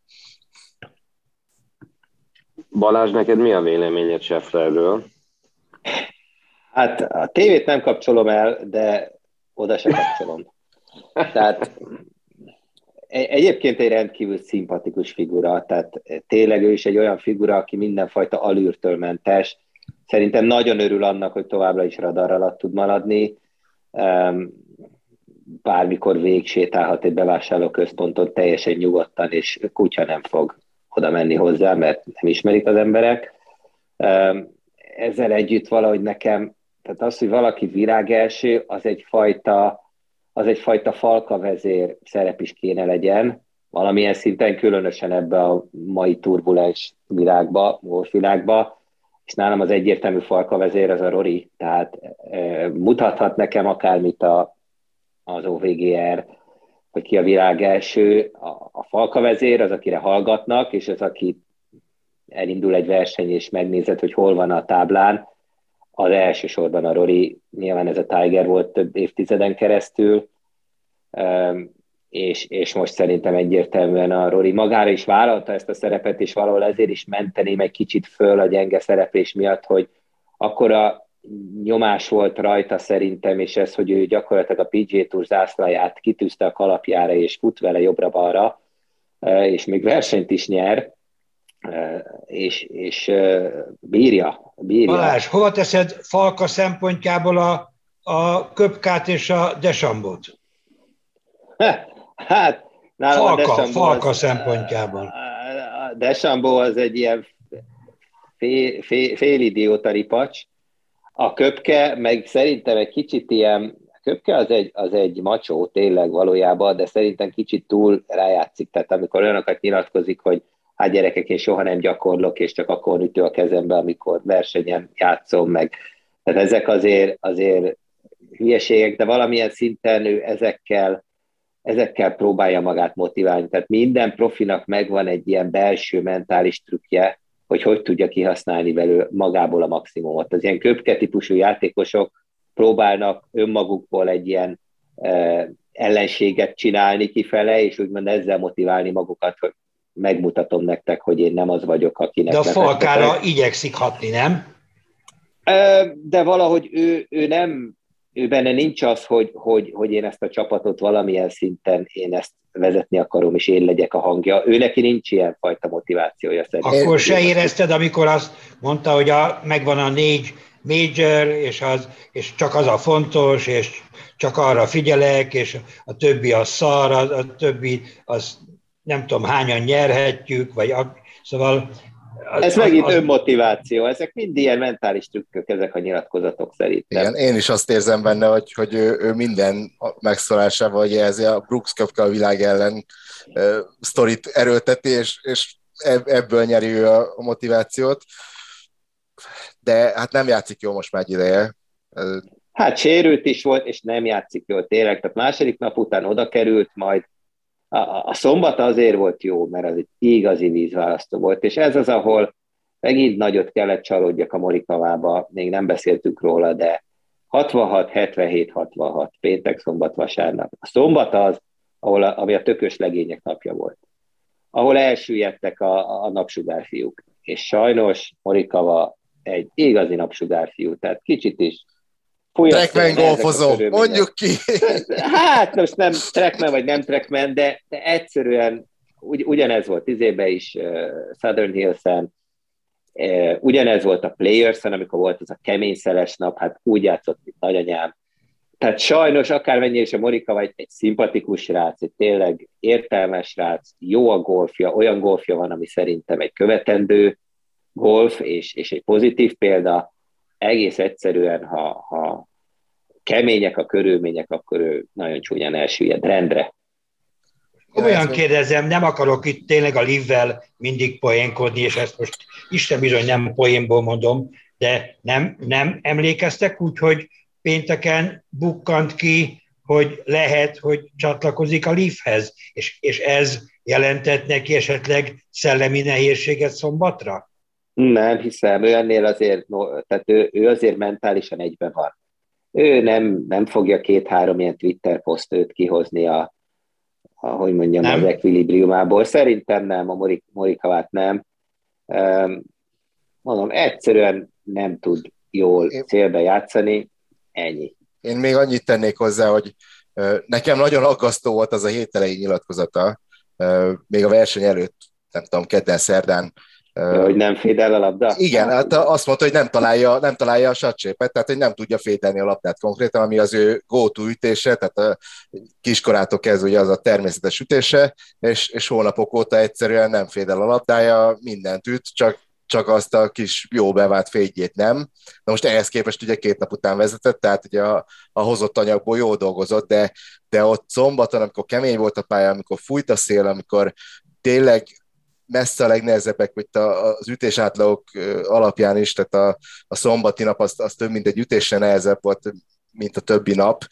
Balázs, neked mi a véleményed Schefflerről? Hát a tévét nem kapcsolom el, de oda se kapcsolom. Tehát egyébként egy rendkívül szimpatikus figura, tehát tényleg ő is egy olyan figura, aki mindenfajta alűrtől mentes. Szerintem nagyon örül annak, hogy továbbra is radar alatt tud maradni. Bármikor végsétálhat egy bevásárlóközponton teljesen nyugodtan, és kutya nem fog oda menni hozzá, mert nem ismerik az emberek. Ezzel együtt valahogy nekem, tehát az, hogy valaki világelső, az egyfajta falkavezér szerep is kéne legyen, valamilyen szinten, különösen ebbe a mai turbulens világba, golfvilágba, és nálam az egyértelmű falkavezér az a Rory, tehát mutathat nekem akármit az OVGR, hogy ki a világ első. A falkavezér az, akire hallgatnak, és az, aki elindul egy verseny, és megnézed, hogy hol van a táblán, az elsősorban a Rory. Nyilván ez a Tiger volt több évtizeden keresztül, és most szerintem egyértelműen a Rory magára is vállalta ezt a szerepet, és valahol ezért is menteném egy kicsit föl a gyenge szereplés miatt, hogy akkora nyomás volt rajta szerintem, és ez, hogy ő gyakorlatilag a PGA Tour zászlaját kitűzte a kalapjára, és fut vele jobbra-balra, és még versenyt is nyer, és bírja. Balázs, hova teszed Falka szempontjából a Köpkát és a Desambot? Hát, nálam Falka szempontjából. A Desambó az egy ilyen félidióta ripacs. A Köpke meg szerintem egy kicsit ilyen, a Köpke az egy macsó tényleg valójában, de szerintem kicsit túl rájátszik. Tehát amikor olyanokat nyilatkozik, hogy hát gyerekek, én soha nem gyakorlok, és csak akkor ütő a kezembe, amikor versenyen játszom meg. Tehát ezek azért hülyeségek, de valamilyen szinten ő ezekkel próbálja magát motiválni. Tehát minden profinak megvan egy ilyen belső mentális trükkje, hogy tudja kihasználni belőle magából a maximumot. Az ilyen Köpke típusú játékosok próbálnak önmagukból egy ilyen ellenséget csinálni kifele, és úgymond ezzel motiválni magukat, hogy megmutatom nektek, hogy én nem az vagyok, akinek de a falkára igyekszik hatni, nem? De valahogy ő nem, ő benne nincs az, hogy én ezt a csapatot valamilyen szinten én ezt vezetni akarom, és én legyek a hangja. Ő neki nincs ilyen fajta motivációja szerintem. Akkor se érezted, amikor azt mondta, hogy megvan a 4 major, és csak az a fontos, és csak arra figyelek, és a többi a szar, a többi az nem tudom hányan nyerhetjük, szóval... Ez megint önmotiváció, ezek mind ilyen mentális trükkök, ezek a nyilatkozatok szerintem. Igen, én is azt érzem benne, hogy ő minden megszólásával, hogy ez a Brooks Koepka a világ ellen sztorit erőlteti, és ebből nyeri ő a motivációt. De hát nem játszik jól most már egy ideje. Hát sérült is volt, és nem játszik jól tényleg. Tehát második nap után oda került, majd a szombat azért volt jó, mert az egy igazi vízválasztó volt, és ez az, ahol megint nagyot kellett csalódjak a Morikavába, még nem beszéltünk róla, de 66, 77, 66, péntek, szombat, vasárnap. A szombat az, ami a tökös legények napja volt, ahol elsüllyedtek a napsugárfiúk, és sajnos Morikava egy igazi napsugárfiú, tehát kicsit is Trackman golfozó, mondjuk ki. Hát most nem Trackman vagy nem Trackman, de egyszerűen ugyanez volt izébe is, Southern Hills-en, ugyanez volt a Players-en, amikor volt az a kemény szeles nap, hát úgy játszott, mint nagyanyám. Tehát sajnos akármennyi is a Morikava egy szimpatikus srác, egy tényleg értelmes srác, jó a golfja, olyan golfja van, ami szerintem egy követendő golf, és egy pozitív példa. Egész egyszerűen, ha kemények a körülmények, akkor ő nagyon csúnyán elsüllyed rendre. Olyan kérdezem, nem akarok itt tényleg a Live-vel mindig poénkodni, és ezt most Isten bizony nem poénból mondom, de nem emlékeztek úgy, hogy pénteken bukkant ki, hogy lehet, hogy csatlakozik a Live-hez, és ez jelentett neki esetleg szellemi nehézséget szombatra? Nem hiszem, ő ennél azért, tehát ő azért mentálisan egyben van. Ő nem fogja 2-3 ilyen Twitter posztot kihozni hogy mondjam, az ekvilibriumából. Szerintem nem, a Morikavát nem. Mondom, egyszerűen nem tud jól célbe játszani, ennyi. Én még annyit tennék hozzá, hogy nekem nagyon aggasztó volt az a hét elejé nyilatkozata, még a verseny előtt, nem tudom, kedden, szerdán. Hogy nem fédel a labda? Igen, hát azt mondta, hogy nem találja a satsépet, tehát hogy nem tudja fédelni a labdát konkrétan, ami az ő go-to ütése, tehát a kiskorától kezdve ugye az a természetes ütése, és hónapok óta egyszerűen nem fédel a labdája, mindent üt, csak azt a kis jó bevált fédjét nem. Na most ehhez képest ugye 2 nap után vezetett, tehát ugye a hozott anyagból jól dolgozott, de ott szombaton, amikor kemény volt a pálya, amikor fújt a szél, amikor tényleg messze a legnehezebbek, hogy az ütésátlagok alapján is, tehát a szombati nap az több mint egy ütésre nehezebb volt, mint a többi nap.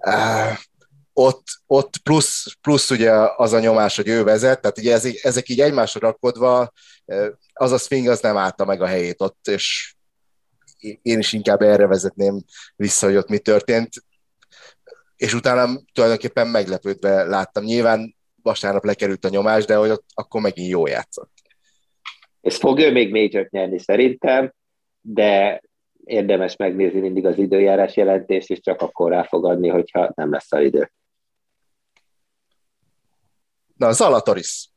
Ott plusz ugye az a nyomás, hogy ő vezet, tehát ugye ezek így egymásra rakodva, az a swing az nem állta meg a helyét ott, és én is inkább erre vezetném vissza, hogy ott mi történt, és utána tulajdonképpen meglepődve láttam. Nyilván vasárnap lekerült a nyomás, de hogy ott akkor megint jó játszott. Ez fog ő még majort nyerni szerintem, de érdemes megnézni mindig az időjárás jelentést, és csak akkor ráfogadni, hogyha nem lesz az idő. Na, Zalatoris.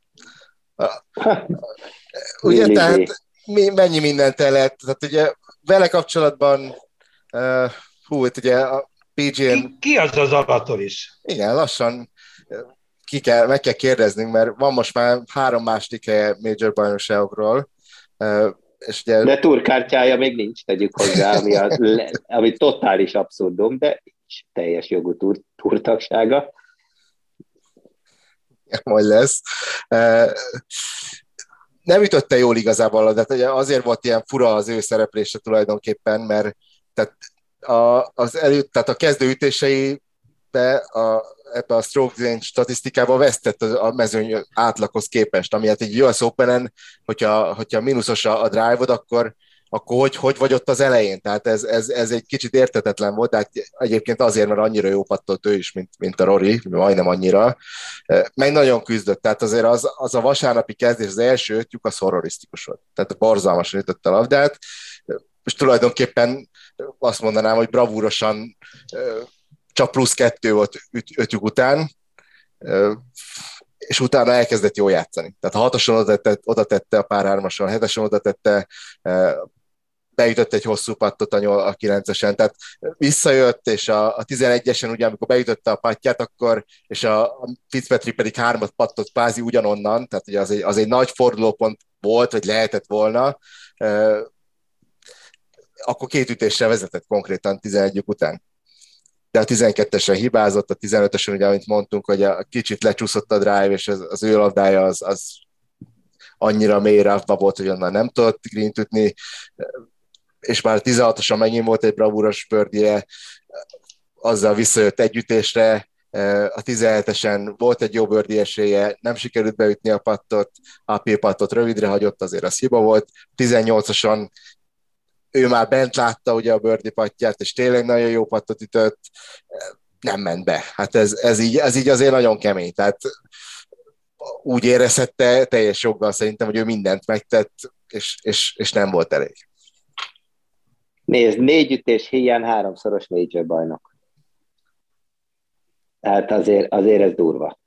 Ugye, tehát mennyi mindent el lehet, tehát ugye vele kapcsolatban itt ugye a PGA-n... Ki az a Zalatoris? Igen, lassan meg kell kérdeznünk, mert van most már 3 második helye major bajnokságokról. És ugye... De túrkártyája még nincs, tegyük hozzá, ami totális abszurdum, de nincs teljes jogú túrtagsága. Majd lesz. Nem ütötte jól igazából, de azért volt ilyen fura az ő szereplése tulajdonképpen, mert tehát a kezdőütései ebbe a stroke range statisztikába vesztett a mezőny átlaghoz képest, ami hát egy US Open-en, hogyha mínuszos a drive-od, akkor hogy vagy ott az elején? Tehát ez egy kicsit érthetetlen volt, de egyébként azért, mert annyira jó pattolt ő is, mint a Rory, majdnem annyira, meg nagyon küzdött, tehát azért az a vasárnapi kezdés, az első 5 lyuk, az horrorisztikus volt. Tehát borzalmasan ütött a labdát, és tulajdonképpen azt mondanám, hogy bravúrosan csak +2 volt 5 lyuk után, és utána elkezdett jól játszani. Tehát a 6-oson oda tette a pár 3-ason, a 7-esen oda tette, beütött egy hosszú pattot a 9-esen, tehát visszajött, és a 11-esen, ugye, amikor beütötte a pattját, akkor, és a Fitzpatrick pedig 3 pattot kvázi ugyanonnan, tehát ugye az egy nagy fordulópont volt, vagy lehetett volna, akkor 2 ütéssel vezetett konkrétan 11 után. De a 12-esen hibázott, a 15-esen, ugye, amit mondtunk, hogy a kicsit lecsúszott a drive, és az ő labdája az annyira mély ráfba volt, hogy onnan nem tudott green ütni, és már 16-osan megint volt egy bravúros birdie, azzal visszajött egy ütésre, a 17-esen volt egy jó birdie esélye, nem sikerült beütni a pattot, AP pattot rövidre hagyott, azért az hiba volt, 18-ason ő már bent látta ugye a birdie pattját, és tényleg nagyon jó pattot ütött, nem ment be. Hát ez így azért nagyon kemény, tehát úgy érezhette teljes joggal szerintem, hogy ő mindent megtett, és nem volt elég. Nézd, 4 ütés híján 3-szoros major bajnok. Tehát azért ez durva.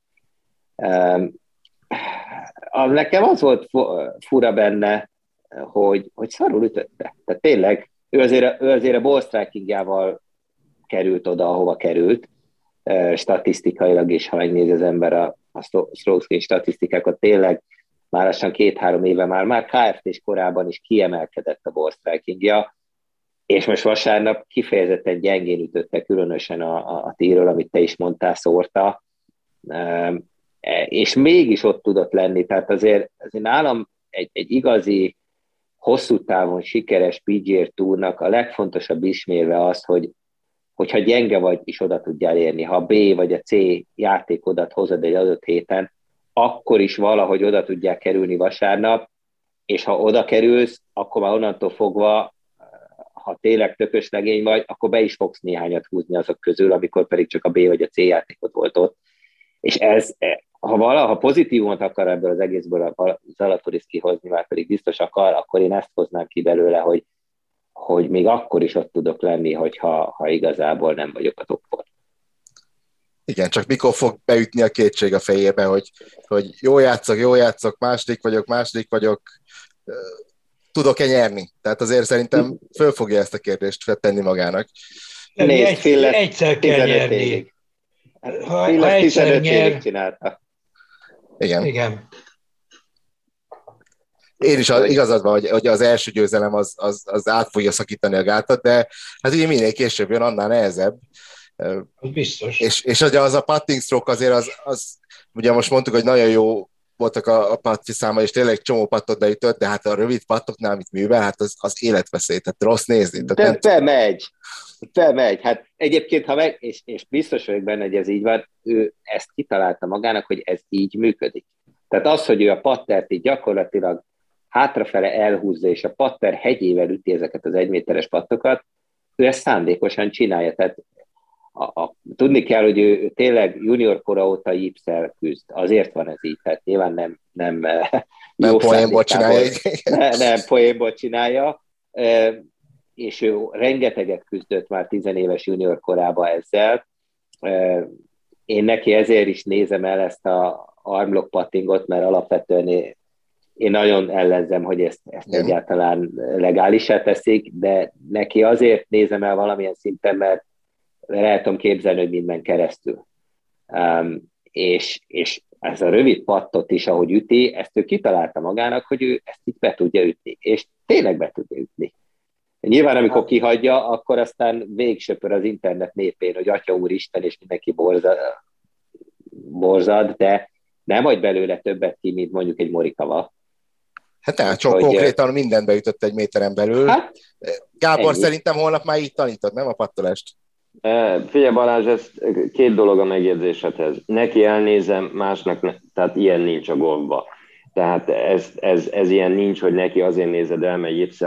Nekem az volt fura benne, hogy szarul ütötte. Tehát tényleg, ő azért a ball strikingjával került oda, ahova került, statisztikailag is, ha megnézi az ember a strokes gain statisztikákat, tényleg már lassan 2-3 éve már KFT-s korában is kiemelkedett a ball strikingja, és most vasárnap kifejezetten gyengén ütötte, különösen a tíről, amit te is mondtál, szórta, és mégis ott tudott lenni, tehát azért nálam egy igazi, hosszú távon sikeres PGA Tournak a legfontosabb ismérve az, hogyha gyenge vagy, is oda tudjál érni. Ha a B vagy a C játékodat hozod egy adott héten, akkor is valahogy oda tudják kerülni vasárnap, és ha oda kerülsz, akkor már onnantól fogva, ha tényleg tökös legény vagy, akkor be is fogsz néhányat húzni azok közül, amikor pedig csak a B vagy a C játékot volt ott. És ez, ha pozitívumot akar ebből az egészből a Zalatoris kihozni, már pedig biztos akar, akkor én ezt hoznám ki belőle, hogy még akkor is ott tudok lenni, ha igazából nem vagyok a topon. Igen, csak mikor fog beütni a kétség a fejébe, hogy jó játszok, második vagyok, tudok-e nyerni? Tehát azért szerintem föl fogja ezt a kérdést feltenni magának. Egyszer kell nyerni. Ha egyszer nyer... csinálta. Igen. Én is igazad van, hogy az első győzelem az át fogja szakítani a gátat, de hát ugye minél később jön, annál nehezebb. Biztos. És ugye az a putting stroke azért az ugye most mondtuk, hogy nagyon jó voltak a patti száma, és tényleg csomó pattot beütött, de hát a rövid pattoknál, amit művel, hát az életveszély, tehát rossz nézni. De bemegy. Hát egyébként, és biztos vagyok benne, hogy ez így van, ő ezt kitalálta magának, hogy ez így működik. Tehát az, hogy ő a pattert így gyakorlatilag hátrafele elhúzza, és a patter hegyével üti ezeket az 1 méteres pattokat, ő ezt szándékosan csinálja. Tehát tudni kell, hogy ő tényleg junior kora óta Jipszel küzd. Azért van ez így, tehát nyilván nem poénból csinálja. Nem poénból csinálja, és ő rengeteget küzdött már 10 éves junior korában ezzel. Én neki ezért is nézem el ezt a armlock puttingot, mert alapvetően én nagyon ellenzem, hogy ezt egyáltalán legálisá teszik, de neki azért nézem el valamilyen szinten, mert el tudom képzelni, hogy minden keresztül. És ez a rövid pattot is, ahogy üti, ezt ő kitalálta magának, hogy ő ezt itt be tudja ütni. És tényleg be tudja ütni. Nyilván, amikor kihagyja, akkor aztán végsöpör az internet népén, hogy Atya Úristen, és mindenki borzad, de nem hagy belőle többet ki, mint mondjuk egy Morikawa. Hát nem, csak konkrétan mindent beütött 1 méteren belül. Hát, Gábor, ennyi. Szerintem holnap már így tanítod, nem a pattolást? Figyelj Balázs, ez 2 dolog a megjegyzésedhez. Neki elnézem, másnak tehát ilyen nincs a golfban. Tehát ez ilyen nincs, hogy neki azért nézed el, mert Jipszel.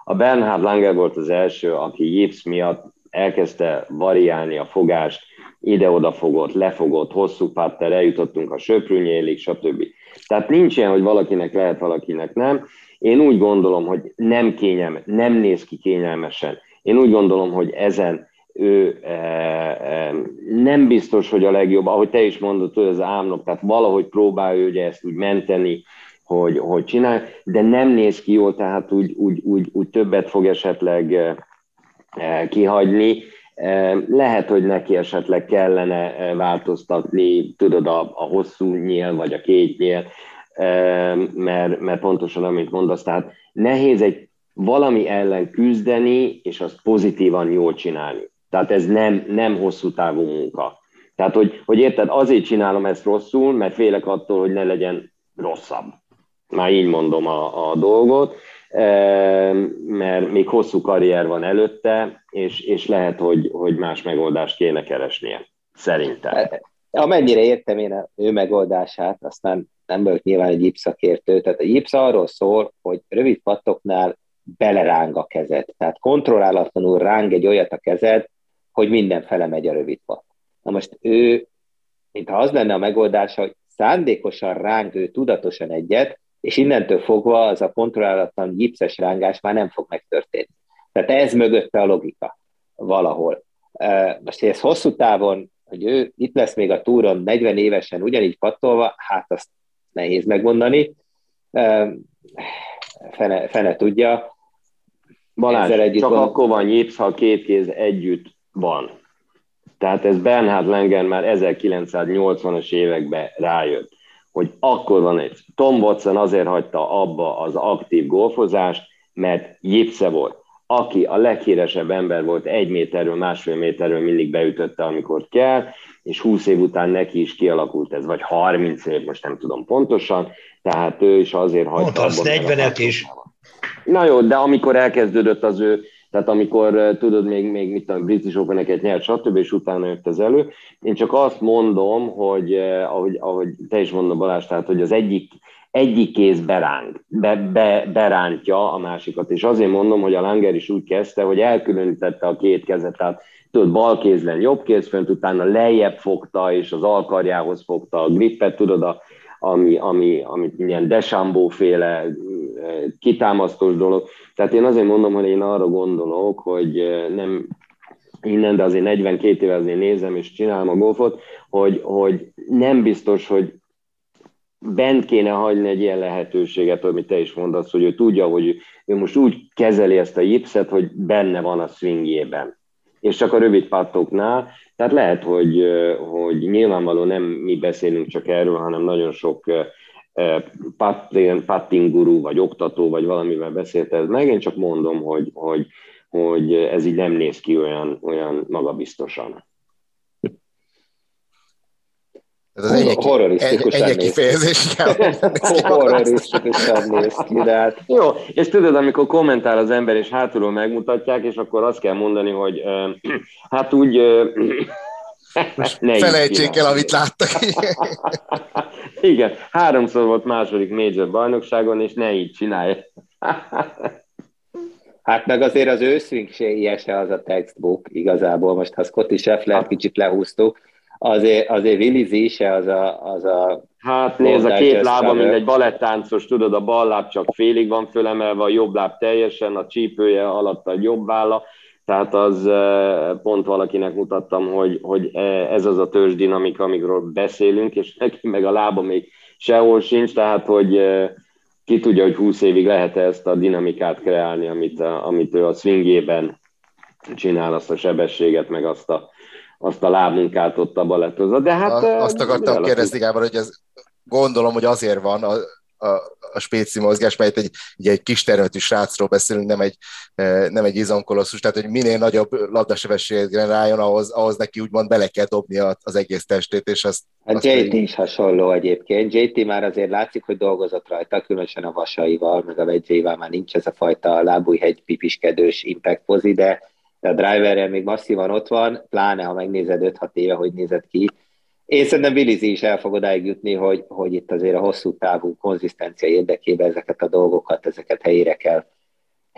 A Bernhard Langer volt az első, aki gipsz miatt elkezdte variálni a fogást, ide-oda fogott, lefogott, hosszú patter, eljutottunk a söprűnyélig, stb. Tehát nincs ilyen, hogy valakinek lehet, valakinek nem. Én úgy gondolom, hogy nem néz ki kényelmesen. Én úgy gondolom, hogy ezen ő nem biztos, hogy a legjobb, ahogy te is mondod, hogy az ámnok, tehát valahogy próbálja ugye ezt úgy menteni, hogy csinál, de nem néz ki jól, tehát úgy többet fog esetleg kihagyni. Lehet, hogy neki esetleg kellene változtatni, tudod, a hosszú nyél, vagy a két nyél, mert pontosan, amit mondasz, tehát nehéz egy valami ellen küzdeni, és azt pozitívan jól csinálni. Tehát ez nem hosszú távú munka. Tehát, hogy érted, azért csinálom ezt rosszul, mert félek attól, hogy ne legyen rosszabb. Már így mondom a dolgot, mert még hosszú karrier van előtte, és lehet, hogy más megoldást kéne keresnie. Szerintem. Amennyire értem én a ő megoldását, aztán nem vagyok nyilván egy gipszakértő, tehát a gipsz arról szól, hogy rövid pattoknál beleráng a kezed. Tehát kontrollálatlanul ráng egy olyat a kezed, hogy mindenfele megy a rövid patt. Na most ő, mintha az lenne a megoldása, hogy szándékosan ráng ő tudatosan egyet, és innentől fogva az a kontrollálatlan gipszes rángás már nem fog megtörténni. Tehát ez mögötte a logika valahol. Most, hogy ez hosszú távon, hogy ő itt lesz még a túron 40 évesen ugyanígy pattolva, hát azt nehéz megmondani. Fene tudja. Balázs, csak akkor van gipsz, ha két kéz együtt van. Tehát ez Bernhard Langer már 1980-as években rájött, hogy akkor van egy. Tom Watson azért hagyta abba az aktív golfozást, mert gipsze volt. Aki a leghíresebb ember volt, 1 méterről, 1,5 méterről mindig beütötte, amikor kell, és 20 év után neki is kialakult ez, vagy 30 év, most nem tudom pontosan, tehát ő is azért hagyta. Mondasz 40-et is. Na jó, de amikor elkezdődött az ő, tehát amikor tudod, még mit tudom, British Open-eket nyert, stb., és utána jött az elő. Én csak azt mondom, hogy ahogy te is mondod, Balázs, tehát hogy az egyik kéz berántja a másikat, és azért mondom, hogy a Langer is úgy kezdte, hogy elkülönítette a két kezet, tehát tudod, bal kézlen, jobb kéz fönt, utána lejjebb fogta, és az alkarjához fogta a grippet, tudod, amit ilyen Deschambault-féle kitámasztós dolog. Tehát én azért mondom, hogy én arra gondolok, hogy nem innen, de azért 42 éve azért nézem és csinálom a golfot, hogy nem biztos, hogy bent kéne hagyni egy ilyen lehetőséget, amit te is mondasz, hogy ő tudja, hogy ő most úgy kezeli ezt a gipszet, hogy benne van a swingjében. És csak a rövid pattoknál, tehát lehet, hogy nyilvánvalóan nem mi beszélünk csak erről, hanem nagyon sok putting guru, vagy oktató, vagy valamivel beszélt ez meg. Én csak mondom, hogy ez így nem néz ki olyan magabiztosan. Ez az horrorisztikusan kifejezés. Horrorisztikusan néz ki, de hát... Jó, és tudod, amikor kommentál az ember, és hátulról megmutatják, és akkor azt kell mondani, hogy hát úgy... Felejtsék el, amit láttak. Igen, 3-szor volt második major bajnokságon, és ne így csinálj. Hát meg azért az őszintsége se az a textbook igazából. Most ha Scottie Scheffler kicsit lehúztuk, azért Willie Z se az a hát nézd, a két lába, mint egy balettáncos, tudod, a bal láb csak félig van fölemelve, a jobb láb teljesen, a csípője alatt a jobb válla, tehát az pont valakinek mutattam, hogy ez az a törzsdinamika, amikről beszélünk, és neki meg a lába még sehol sincs, tehát hogy ki tudja, hogy 20 évig lehet ezt a dinamikát kreálni, amit ő a swingjében csinál, azt a sebességet, meg azt a lábmunkát ott a balettozat. De hát... Azt akartam kérdezni, Gábor, hogy ez, gondolom, hogy azért van a spéci mozgás, mert egy kis termetű srácról beszélünk, nem egy izomkolosszus, tehát hogy minél nagyobb labdasebességet generáljon, ahhoz neki úgymond bele kell dobni az egész testét, és azt... Hát JT is hasonló egyébként. JT már azért látszik, hogy dolgozott rajta, különösen a vasaival, meg a vegyével már nincs ez a fajta lábújhegy pipiskedős impact pozi, de a driverrel még masszívan ott van, pláne ha megnézed 5-6 éve, hogy nézett ki. Én szerintem Willie Z is el fog odáig jutni, hogy itt azért a hosszú távú konzisztencia érdekében ezeket a dolgokat, ezeket helyére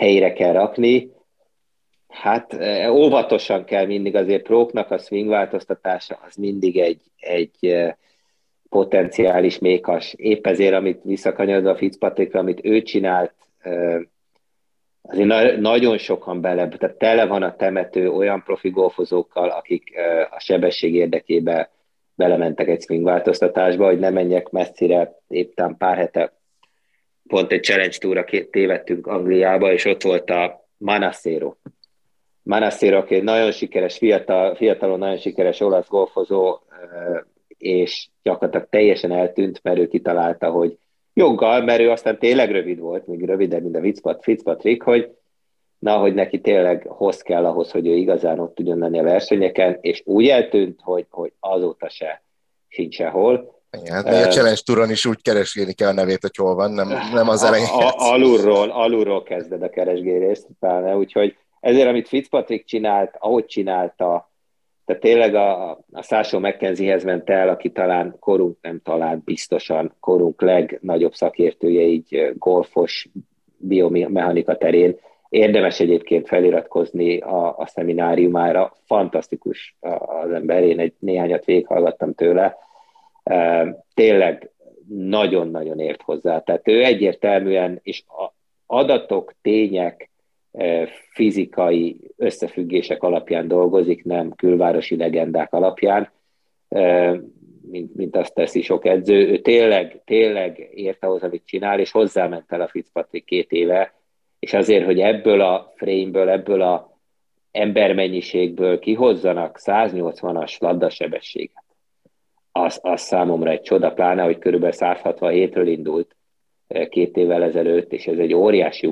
helyre kell rakni. Hát óvatosan kell mindig, azért próknak a swing változtatása az mindig egy potenciális mékas. Épp ezért, amit visszakanyarod a Fitzpatrickra, amit ő csinált, azért nagyon sokan tehát tele van a temető olyan profi golfozókkal, akik a sebesség érdekében belementek egy swing változtatásba, hogy ne menjek messzire, éppen pár hete pont egy Challenge Tourra tévedtünk Angliába, és ott volt a Manassero, aki egy nagyon sikeres, fiatalon nagyon sikeres olasz golfozó, és gyakorlatilag teljesen eltűnt, mert ő kitalálta, hogy joggal, mert ő aztán tényleg rövid volt, még rövidebb, mint a Fitzpatrick, hogy neki tényleg hossz kell ahhoz, hogy ő igazán ott tudjon lenni a versenyeken, és úgy eltűnt, hogy azóta sincs sehol. Hát még a Challenge Touron is úgy keresgélni kell a nevét, hogy hol van, nem az elején. Alulról kezded a keresgélést, pláne, úgyhogy ezért, amit Fitzpatrick csinált, ahogy csinálta, tehát tényleg a Sasho McKenziehez ment el, aki biztosan korunk legnagyobb szakértője így golfos biomechanika terén. Érdemes egyébként feliratkozni a szemináriumára. Fantasztikus az ember, én néhányat végighallgattam tőle. Tényleg nagyon-nagyon ért hozzá. Tehát ő egyértelműen, és adatok, tények, fizikai összefüggések alapján dolgozik, nem külvárosi legendák alapján, mint azt teszi sok edző. Ő tényleg ért ahhoz, amit csinál, és hozzáment el a Fitzpatrick 2 éve, és azért, hogy ebből a frame-ből, ebből a embermennyiségből kihozzanak 180-as labdasebességet, az számomra egy csoda, pláne, hogy körülbelül 167-ről indult 2 évvel ezelőtt, és ez egy óriási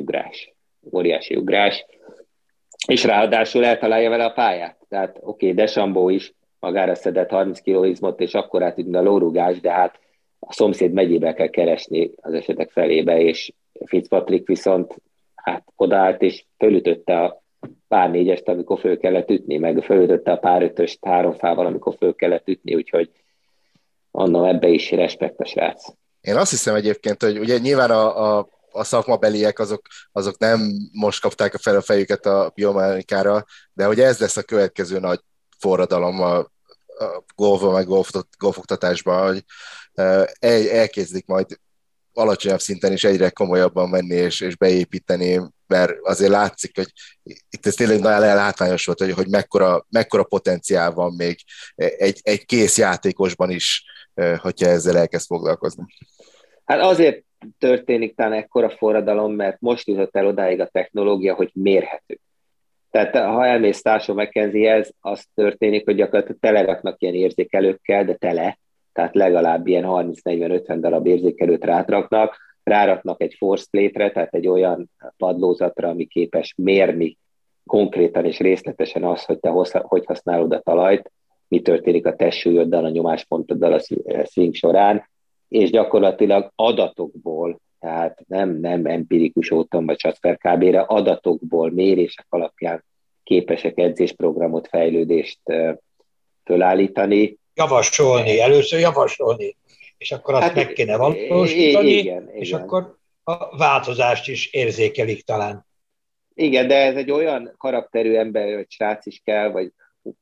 ugrás, és ráadásul eltalálja vele a pályát. Tehát oké, Deschambault is magára szedett 30 kg izmot, és akkor átütne a lórugás, de hát a szomszéd megyébe kell keresni az esetek felébe, és Fitzpatrick viszont hát odaállt, és fölütötte a pár 4-est, amikor föl kellett ütni, meg fölütötte a pár 5-öst 3 fával, amikor föl kellett ütni, úgyhogy annak ebbe is respekt a srác. Én azt hiszem egyébként, hogy ugye nyilván a szakmabeliek azok nem most kapták fel a fejüket a biomechanikára, de hogy ez lesz a következő nagy forradalom a golfban, meg golfoktatásban, hogy elkezdik majd alacsonyabb szinten is egyre komolyabban menni és beépíteni, mert azért látszik, hogy itt ez tényleg nagyon látványos volt, hogy mekkora potenciál van még egy kész játékosban is, hogyha ezzel elkezd foglalkozni. Hát azért történik talán ekkora forradalom, mert most jutott el odáig a technológia, hogy mérhető. Tehát ha elmész Sasho McKenziehez, az történik, hogy gyakorlatilag teleraknak ilyen érzékelőkkel, de tehát legalább ilyen 30-40-50 darab érzékelőt ráraknak egy force plate-re, tehát egy olyan padlózatra, ami képes mérni konkrétan és részletesen azt, hogy te hogy használod a talajt, mi történik a testsúlyoddal, a nyomáspontoddal a swing során, és gyakorlatilag adatokból, tehát nem empirikus úton vagy Csacper KB-re, adatokból, mérések alapján képesek edzésprogramot, fejlődést fölállítani. Először javasolni, és akkor azt meg kéne valósítani, igen. És akkor a változást is érzékelik talán. Igen, de ez egy olyan karakterű ember, hogy srác is kell, vagy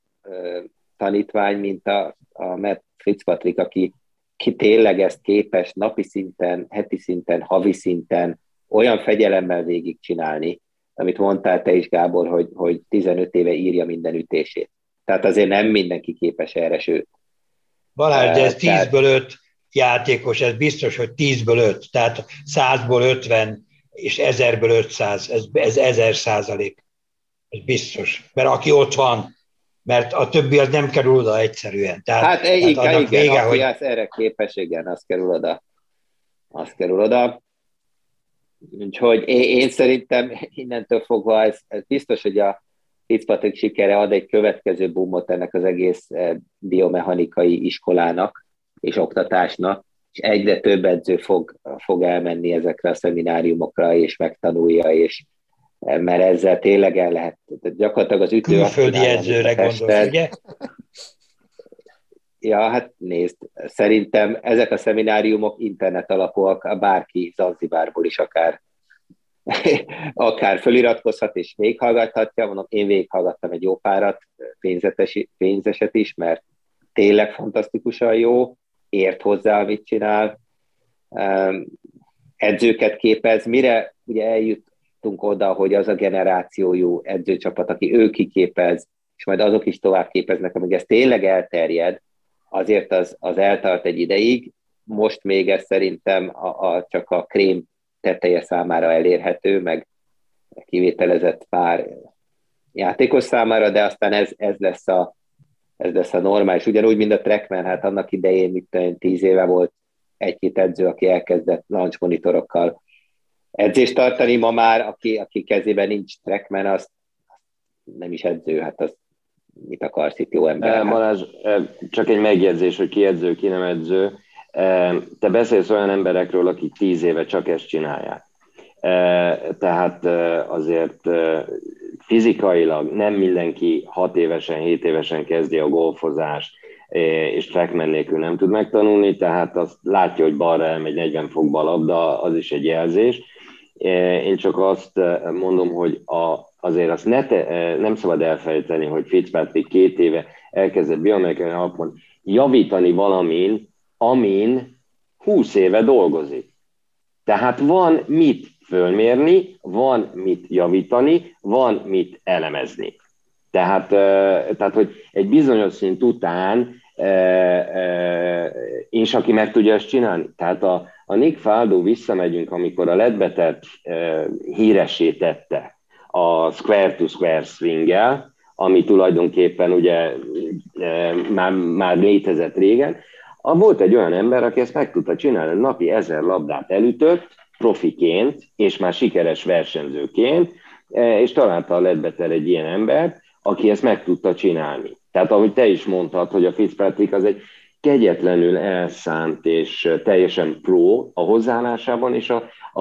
tanítvány, mint a Matt Fitzpatrick, aki tényleg ezt képes napi szinten, heti szinten, havi szinten olyan fegyelemmel végigcsinálni, amit mondtál te is, Gábor, hogy 15 éve írja minden ütését. Tehát azért nem mindenki képes erre, sőt. Balázs, de ez 10-ből 5 játékos, ez biztos, hogy 10-ből 5, tehát 100-ból 50 és 1000-ből 500, ez 1000%. Ez biztos, mert aki ott van, mert a többi az nem kerül oda egyszerűen. Tehát igen, vége, aki hogy... erre képes, igen, az kerül oda. Úgyhogy én szerintem innentől fogva ez biztos, hogy a Fitzpatrick sikere ad egy következő boomot ennek az egész biomechanikai iskolának és oktatásnak, és egyre több edző fog elmenni ezekre a szemináriumokra, és megtanulja, és mert ezzel tényleg el lehet, gyakorlatilag az ütő... Külföldi edzőre gondolsz, ugye? Ja, hát nézd, szerintem ezek a szemináriumok internet alapúak, bárki Zanzibárból is akár akár föliratkozhat és végighallgathatja. Mondom, én végighallgattam egy jó párat, pénzeset is, mert tényleg fantasztikusan jó, ért hozzá, amit csinál, edzőket képez, mire ugye eljutunk oda, hogy az a generációjú edzőcsapat, aki ő kiképez, és majd azok is tovább képeznek, amíg ez tényleg elterjed, azért az eltart egy ideig, most még ez szerintem csak a krém teteje számára elérhető, meg kivételezett pár játékos számára, de aztán ez lesz a normális. Ugyanúgy, mint a Trackman, hát annak idején, mint 10 éve volt egy-két edző, aki elkezdett launch monitorokkal edzést tartani, ma már, aki kezében nincs Trackman, az nem is edző, hát az mit akarsz itt, jó ember? Balázs, csak egy megjegyzés, hogy ki edző, ki nem edző. Te beszélsz olyan emberekről, akik 10 éve csak ezt csinálják. Tehát azért fizikailag nem mindenki 6 évesen, 7 évesen kezdi a golfozást, és trackman nélkül nem tud megtanulni, tehát azt látja, hogy balra elmegy 40 fokba a labda, az is egy jelzés. Én csak azt mondom, hogy azért azt nem szabad elfelejteni, hogy Fitzpatrick 2 éve elkezdett biomechanikai alapon javítani valamin, amin 20 éve dolgozik. Tehát van mit fölmérni, van mit javítani, van mit elemezni. Tehát hogy egy bizonyos szint után, és aki meg tudja ezt csinálni. Tehát a Nick Faldo, visszamegyünk, amikor a Ledbettert híressé tette a square-to-square swing-el, ami tulajdonképpen ugye már létezett régen. Volt egy olyan ember, aki ezt meg tudta csinálni, napi 1000 labdát elütött, profiként, és már sikeres versenyzőként, és találta a Ledbetter egy ilyen embert, aki ezt meg tudta csinálni. Tehát ahogy te is mondtad, hogy a Fitzpatrick az egy kegyetlenül elszánt és teljesen pro a hozzáállásában és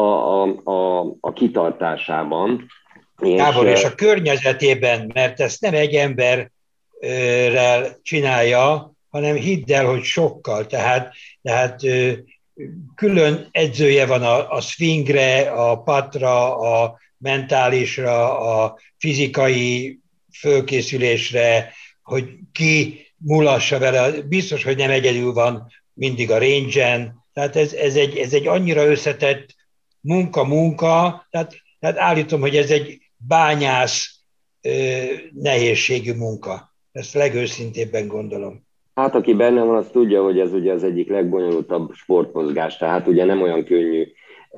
a kitartásában. Gábor, és a környezetében, mert ezt nem egy emberrel csinálja, hanem hidd el, hogy sokkal. Tehát külön edzője van a swingre, a patra, a mentálisra, a fizikai fölkészülésre, hogy ki mulassa vele. Biztos, hogy nem egyedül van mindig a range-en. Tehát ez egy annyira összetett munka, tehát állítom, hogy ez egy bányász nehézségű munka. Ezt legőszintébben gondolom. Hát aki benne van, az tudja, hogy ez ugye az egyik legbonyolultabb sportmozgás, tehát ugye nem olyan könnyű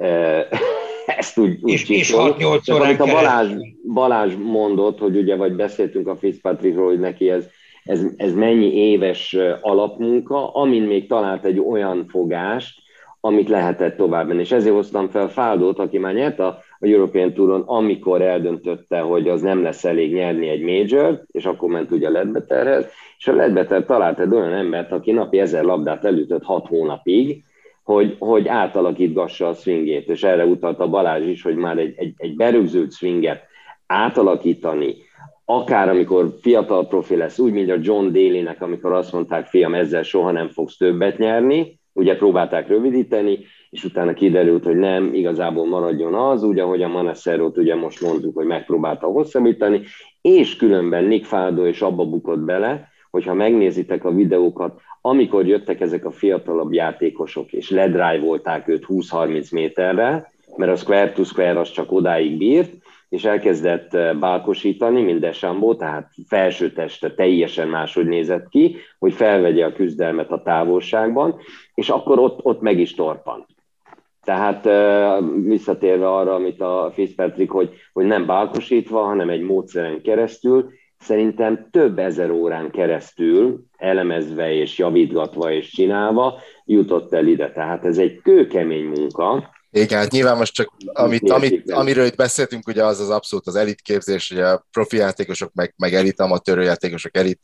ezt úgy és 6-8 órán amit a Balázs mondott, hogy ugye, vagy beszéltünk a Fitzpatrickról, hogy neki ez mennyi éves alapmunka, amin még talált egy olyan fogást, amit lehetett továbbmenni. És ezért hoztam fel Faldót, aki már nyert a European Touron, amikor eldöntötte, hogy az nem lesz elég nyerni egy majort, és akkor ment ugye a Ledbetterhez, és a Ledbetter talált egy olyan embert, aki napi 1000 labdát elütött 6 hónapig, hogy átalakítgassa a swingét, és erre utalt a Balázs is, hogy már egy berögzült swinget átalakítani, akár amikor fiatal profi lesz, úgy, mint a John Daly-nek, amikor azt mondták, fiam, ezzel soha nem fogsz többet nyerni, ugye próbálták rövidíteni, és utána kiderült, hogy nem, igazából maradjon az, úgy, ahogy a Manassero-t ugye most mondtuk, hogy megpróbálta hosszabbítani, és különben Nick Faldo is abba bukott bele, hogyha megnézitek a videókat, amikor jöttek ezek a fiatalabb játékosok, és ledrive-volták őt 20-30 méterre, mert a square to square az csak odáig bírt, és elkezdett bálkosítani, mint Deschambault, tehát felső teste teljesen máshogy nézett ki, hogy felvegye a küzdelmet a távolságban, és akkor ott meg is torpant. Tehát visszatérve arra, amit a Fitzpatrick, hogy nem bálkosítva, hanem egy módszeren keresztül, szerintem több ezer órán keresztül elemezve és javítgatva és csinálva jutott el ide. Tehát ez egy kőkemény munka. Igen, hát nyilván most csak amiről itt beszéltünk, ugye az abszolút az elitképzés, ugye a profi játékosok, meg elit amatőr játékosok, elit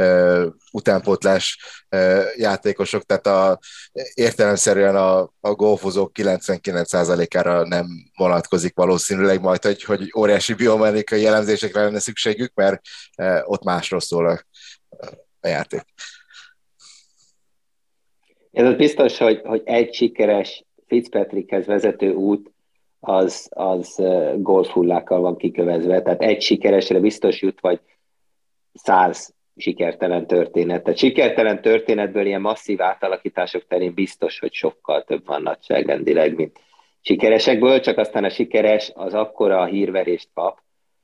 utánpótlás játékosok, tehát értelemszerűen a golfozók 99%-ára nem vonatkozik valószínűleg majd, hogy óriási biomechanikai jellemzésekre lenne szükségük, mert ott másról szól a játék. Ez biztos, hogy egy sikeres Fitzpatrickhez vezető út az golfhullákkal van kikövezve, tehát egy sikeresre biztos jut, vagy 100 sikertelen történet. Tehát sikertelen történetből ilyen masszív átalakítások terén biztos, hogy sokkal több van nagyságrendileg, mint sikeresekből, csak aztán a sikeres az akkora hírverést kap,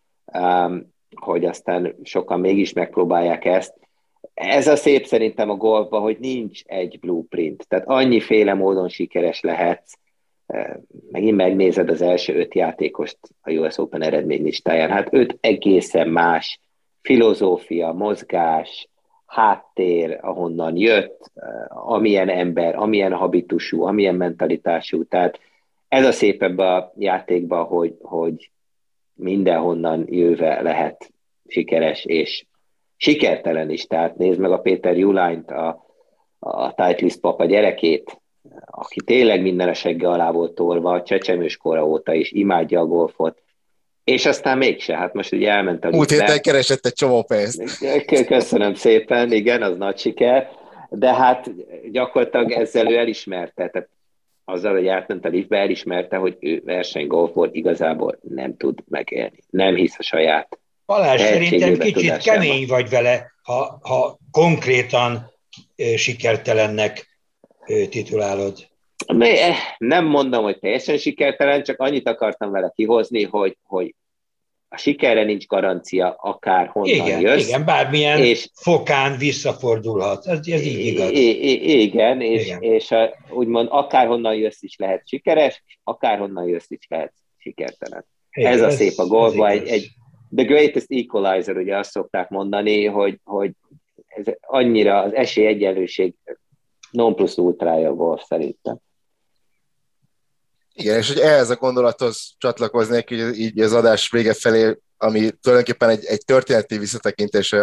hogy aztán sokan mégis megpróbálják ezt. Ez a szép szerintem a golfban, hogy nincs egy blueprint, tehát annyiféle módon sikeres lehetsz. Megint megnézed az első 5 játékost a US Open eredménylistáján, hát 5 egészen más filozófia, mozgás, háttér, ahonnan jött, amilyen ember, amilyen habitusú, amilyen mentalitású. Tehát ez a szép ebben a játékban, hogy mindenhonnan jöve lehet sikeres és sikertelen is. Tehát nézd meg a Péter Uihleint, a Titleist papa gyerekét, aki tényleg minden a segge alá volt tolva, a csecsemős kora óta is imádja a golfot, és aztán mégse, hát most ugye elment a múlt héten keresett egy csomó pénzt. Köszönöm szépen, igen, az nagy siker, de hát gyakorlatilag ezzel ő elismerte, tehát azzal, hogy átment a liftbe, elismerte, hogy ő versenygolfból igazából nem tud megélni. Nem hisz a saját Balázs, szerintem kicsit kemény vagy vele, ha konkrétan sikertelennek titulálod. Nem mondom, hogy teljesen sikertelen, csak annyit akartam vele kihozni, hogy a sikerre nincs garancia, akárhonnan jössz. Igen, bármilyen fokán visszafordulhat. Ez így igaz. Igen, és úgymond akárhonnan jössz is lehet sikeres, és akárhonnan jössz is lehet sikertelen. Igen, ez a szép a golfban. The greatest equalizer, ugye azt szokták mondani, hogy ez annyira az esélyegyenlőség non plus ultrája golf szerintem. Igen, és hogy ehhez a gondolathoz csatlakoznék, hogy így az adás vége felé, ami tulajdonképpen egy történeti visszatekintése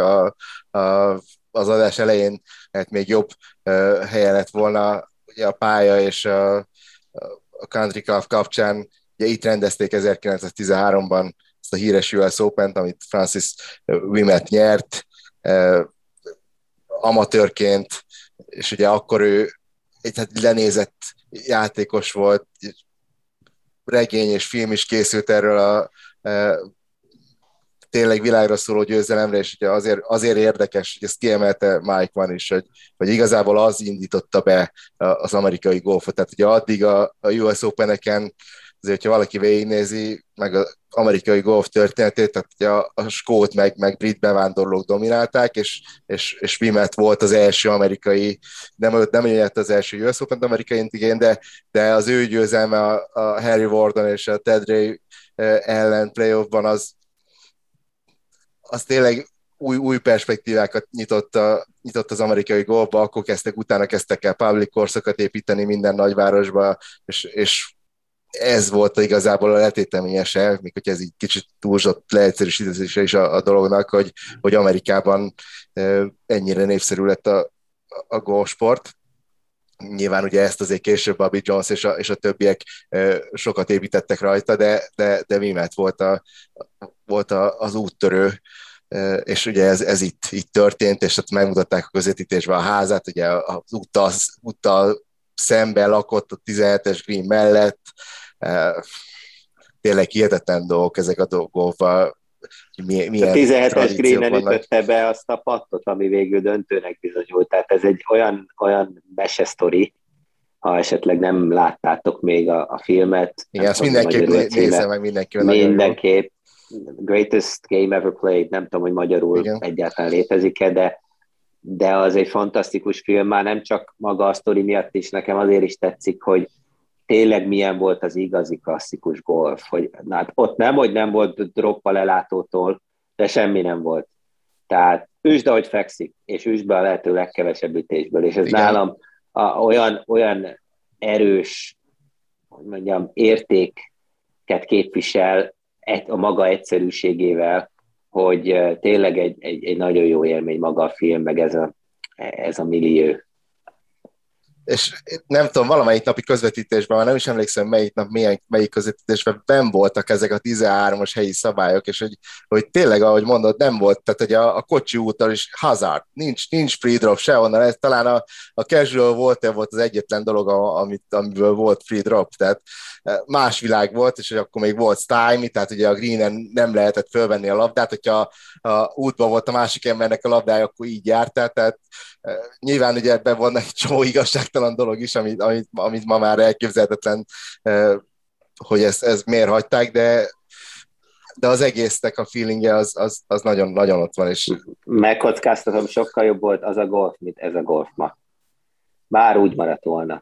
az adás elején, hát még jobb helye lett volna ugye a pálya és a Country Club kapcsán. Ugye itt rendezték 1913-ban ezt a híres US Open-t, amit Francis Ouimet nyert amatőrként, és ugye akkor ő egy lenézett játékos volt, regény és film is készült erről a tényleg világra szóló győzelemre, és ugye azért érdekes, hogy ezt kiemelte Mike Van is, hogy igazából az indította be az amerikai golfot. Tehát ugye addig a US Open-eken, azért, hogyha valaki végignézi meg az amerikai golf történetét, tehát ugye a skót meg brit bevándorlók dominálták, és Ouimet volt az első amerikai, nem nyert az első US Open amerikai intigén, de az ő győzelme a Harry Warden és a Ted Ray ellen playoffban az tényleg új perspektívákat nyitott az amerikai golfba, akkor utána kezdtek el public course-okat építeni minden nagyvárosba, és ez volt igazából a letéteményese, még hogy ez így kicsit túlzott leegyszerűsítése is a dolognak, hogy Amerikában ennyire népszerű lett a golfsport. Nyilván ugye ezt azért később Bobby Jones és a többiek sokat építettek rajta, de Ouimet volt az úttörő, és ugye ez itt történt, és ott megmutatták a közvetítésben a házát, ugye az úttal szemben lakott a 17-es green mellett, tényleg hihetetlen dolgok ezek a dolgokban. A 17-es greenen ütötte be azt a pattot, ami végül döntőnek bizonyult. Tehát ez egy olyan mesesztori, ha esetleg nem láttátok még a filmet. Igen, ezt mindenképp nézze meg mindenki. Mindenképp. Greatest Game Ever Played, nem tudom, hogy magyarul igen. Egyáltalán létezik-e, de az egy fantasztikus film, már nem csak maga a sztori miatt is, nekem azért is tetszik, hogy tényleg milyen volt az igazi klasszikus golf, hogy hát ott nem volt drop a lelátótól, de semmi nem volt. Tehát üsd, ahogy fekszik, és üsd be a lehető legkevesebb ütésből, és ez igen. Nálam olyan erős, hogy mondjam, értéket képvisel a maga egyszerűségével, hogy tényleg egy nagyon jó élmény maga a film, meg ez a millió. és nem tudom, valamelyik napi közvetítésben, már nem is emlékszem, melyik nap, melyik közvetítésben benn voltak ezek a 13-as helyi szabályok, és hogy tényleg, ahogy mondod, nem volt, tehát hogy a kocsi úttal is hazard, nincs free drop sehonnan, ez talán a casual volt az egyetlen dolog, amiből volt free drop, tehát más világ volt, és akkor még volt stymie, tehát ugye a greenen nem lehetett fölvenni a labdát, hogyha a útban volt a másik embernek a labdája, akkor így jártál, tehát nyilván ugye ebben van egy csomó igazságtalan dolog is, amit ma már elképzelhetetlen, hogy ezt miért hagyták, de az egésznek a feelingje az nagyon, nagyon ott van. És... Megkockáztatom, sokkal jobb volt az a golf, mint ez a golf ma. Bár úgy maradt volna.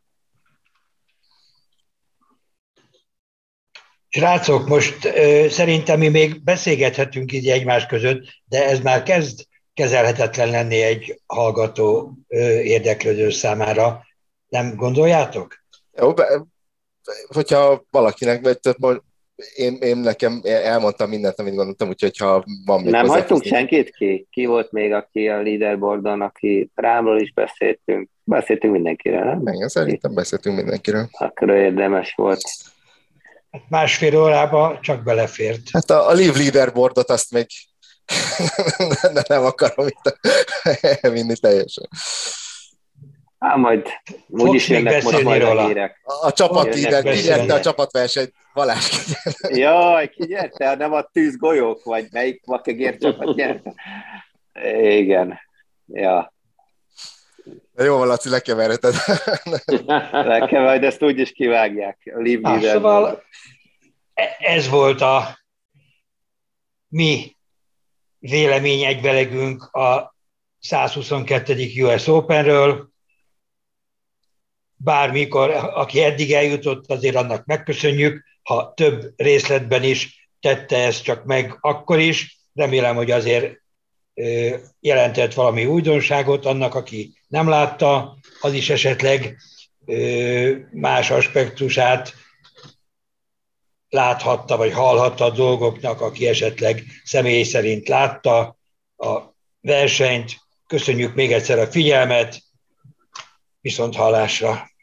Srácok, most szerintem mi még beszélgethetünk így egymás között, de ez már kezd kezelhetetlen lenni egy hallgató érdeklődő számára. Nem gondoljátok? Jó, hogyha valakinek, én nekem elmondtam mindent, amit gondoltam, úgyhogy ha van még nem hagytunk senkit ki? Ki volt még, aki a leaderboardon, aki Rámról is beszéltünk? Beszéltünk mindenkiről, nem? Igen, szerintem beszéltünk mindenkiről. Akkor érdemes volt. Másfél órába csak belefért. Hát a Live leaderboardot azt még nem akarom itt elvinni teljesen. Majd úgyis jönnek most majd a hírek. A csapatlíder, ki nyerte a csapatversenyt? Balázs Jaj, ki nyerte? Nem a tűz golyók, vagy melyik vakegér csapat nyerte? Igen. Ja. Jó van, Laci, lekeverheted. Lekeverheted, ezt úgyis kivágják. Szóval ez volt a mi vélemény egyvelegünk a 122. US Openről. Bármikor, aki eddig eljutott, azért annak megköszönjük, ha több részletben is tette ezt csak meg akkor is. Remélem, hogy azért jelentett valami újdonságot annak, aki nem látta, az is esetleg más aspektusát láthatta, vagy hallhatta a dolgoknak, aki esetleg személy szerint látta a versenyt. Köszönjük még egyszer a figyelmet, viszont hallásra!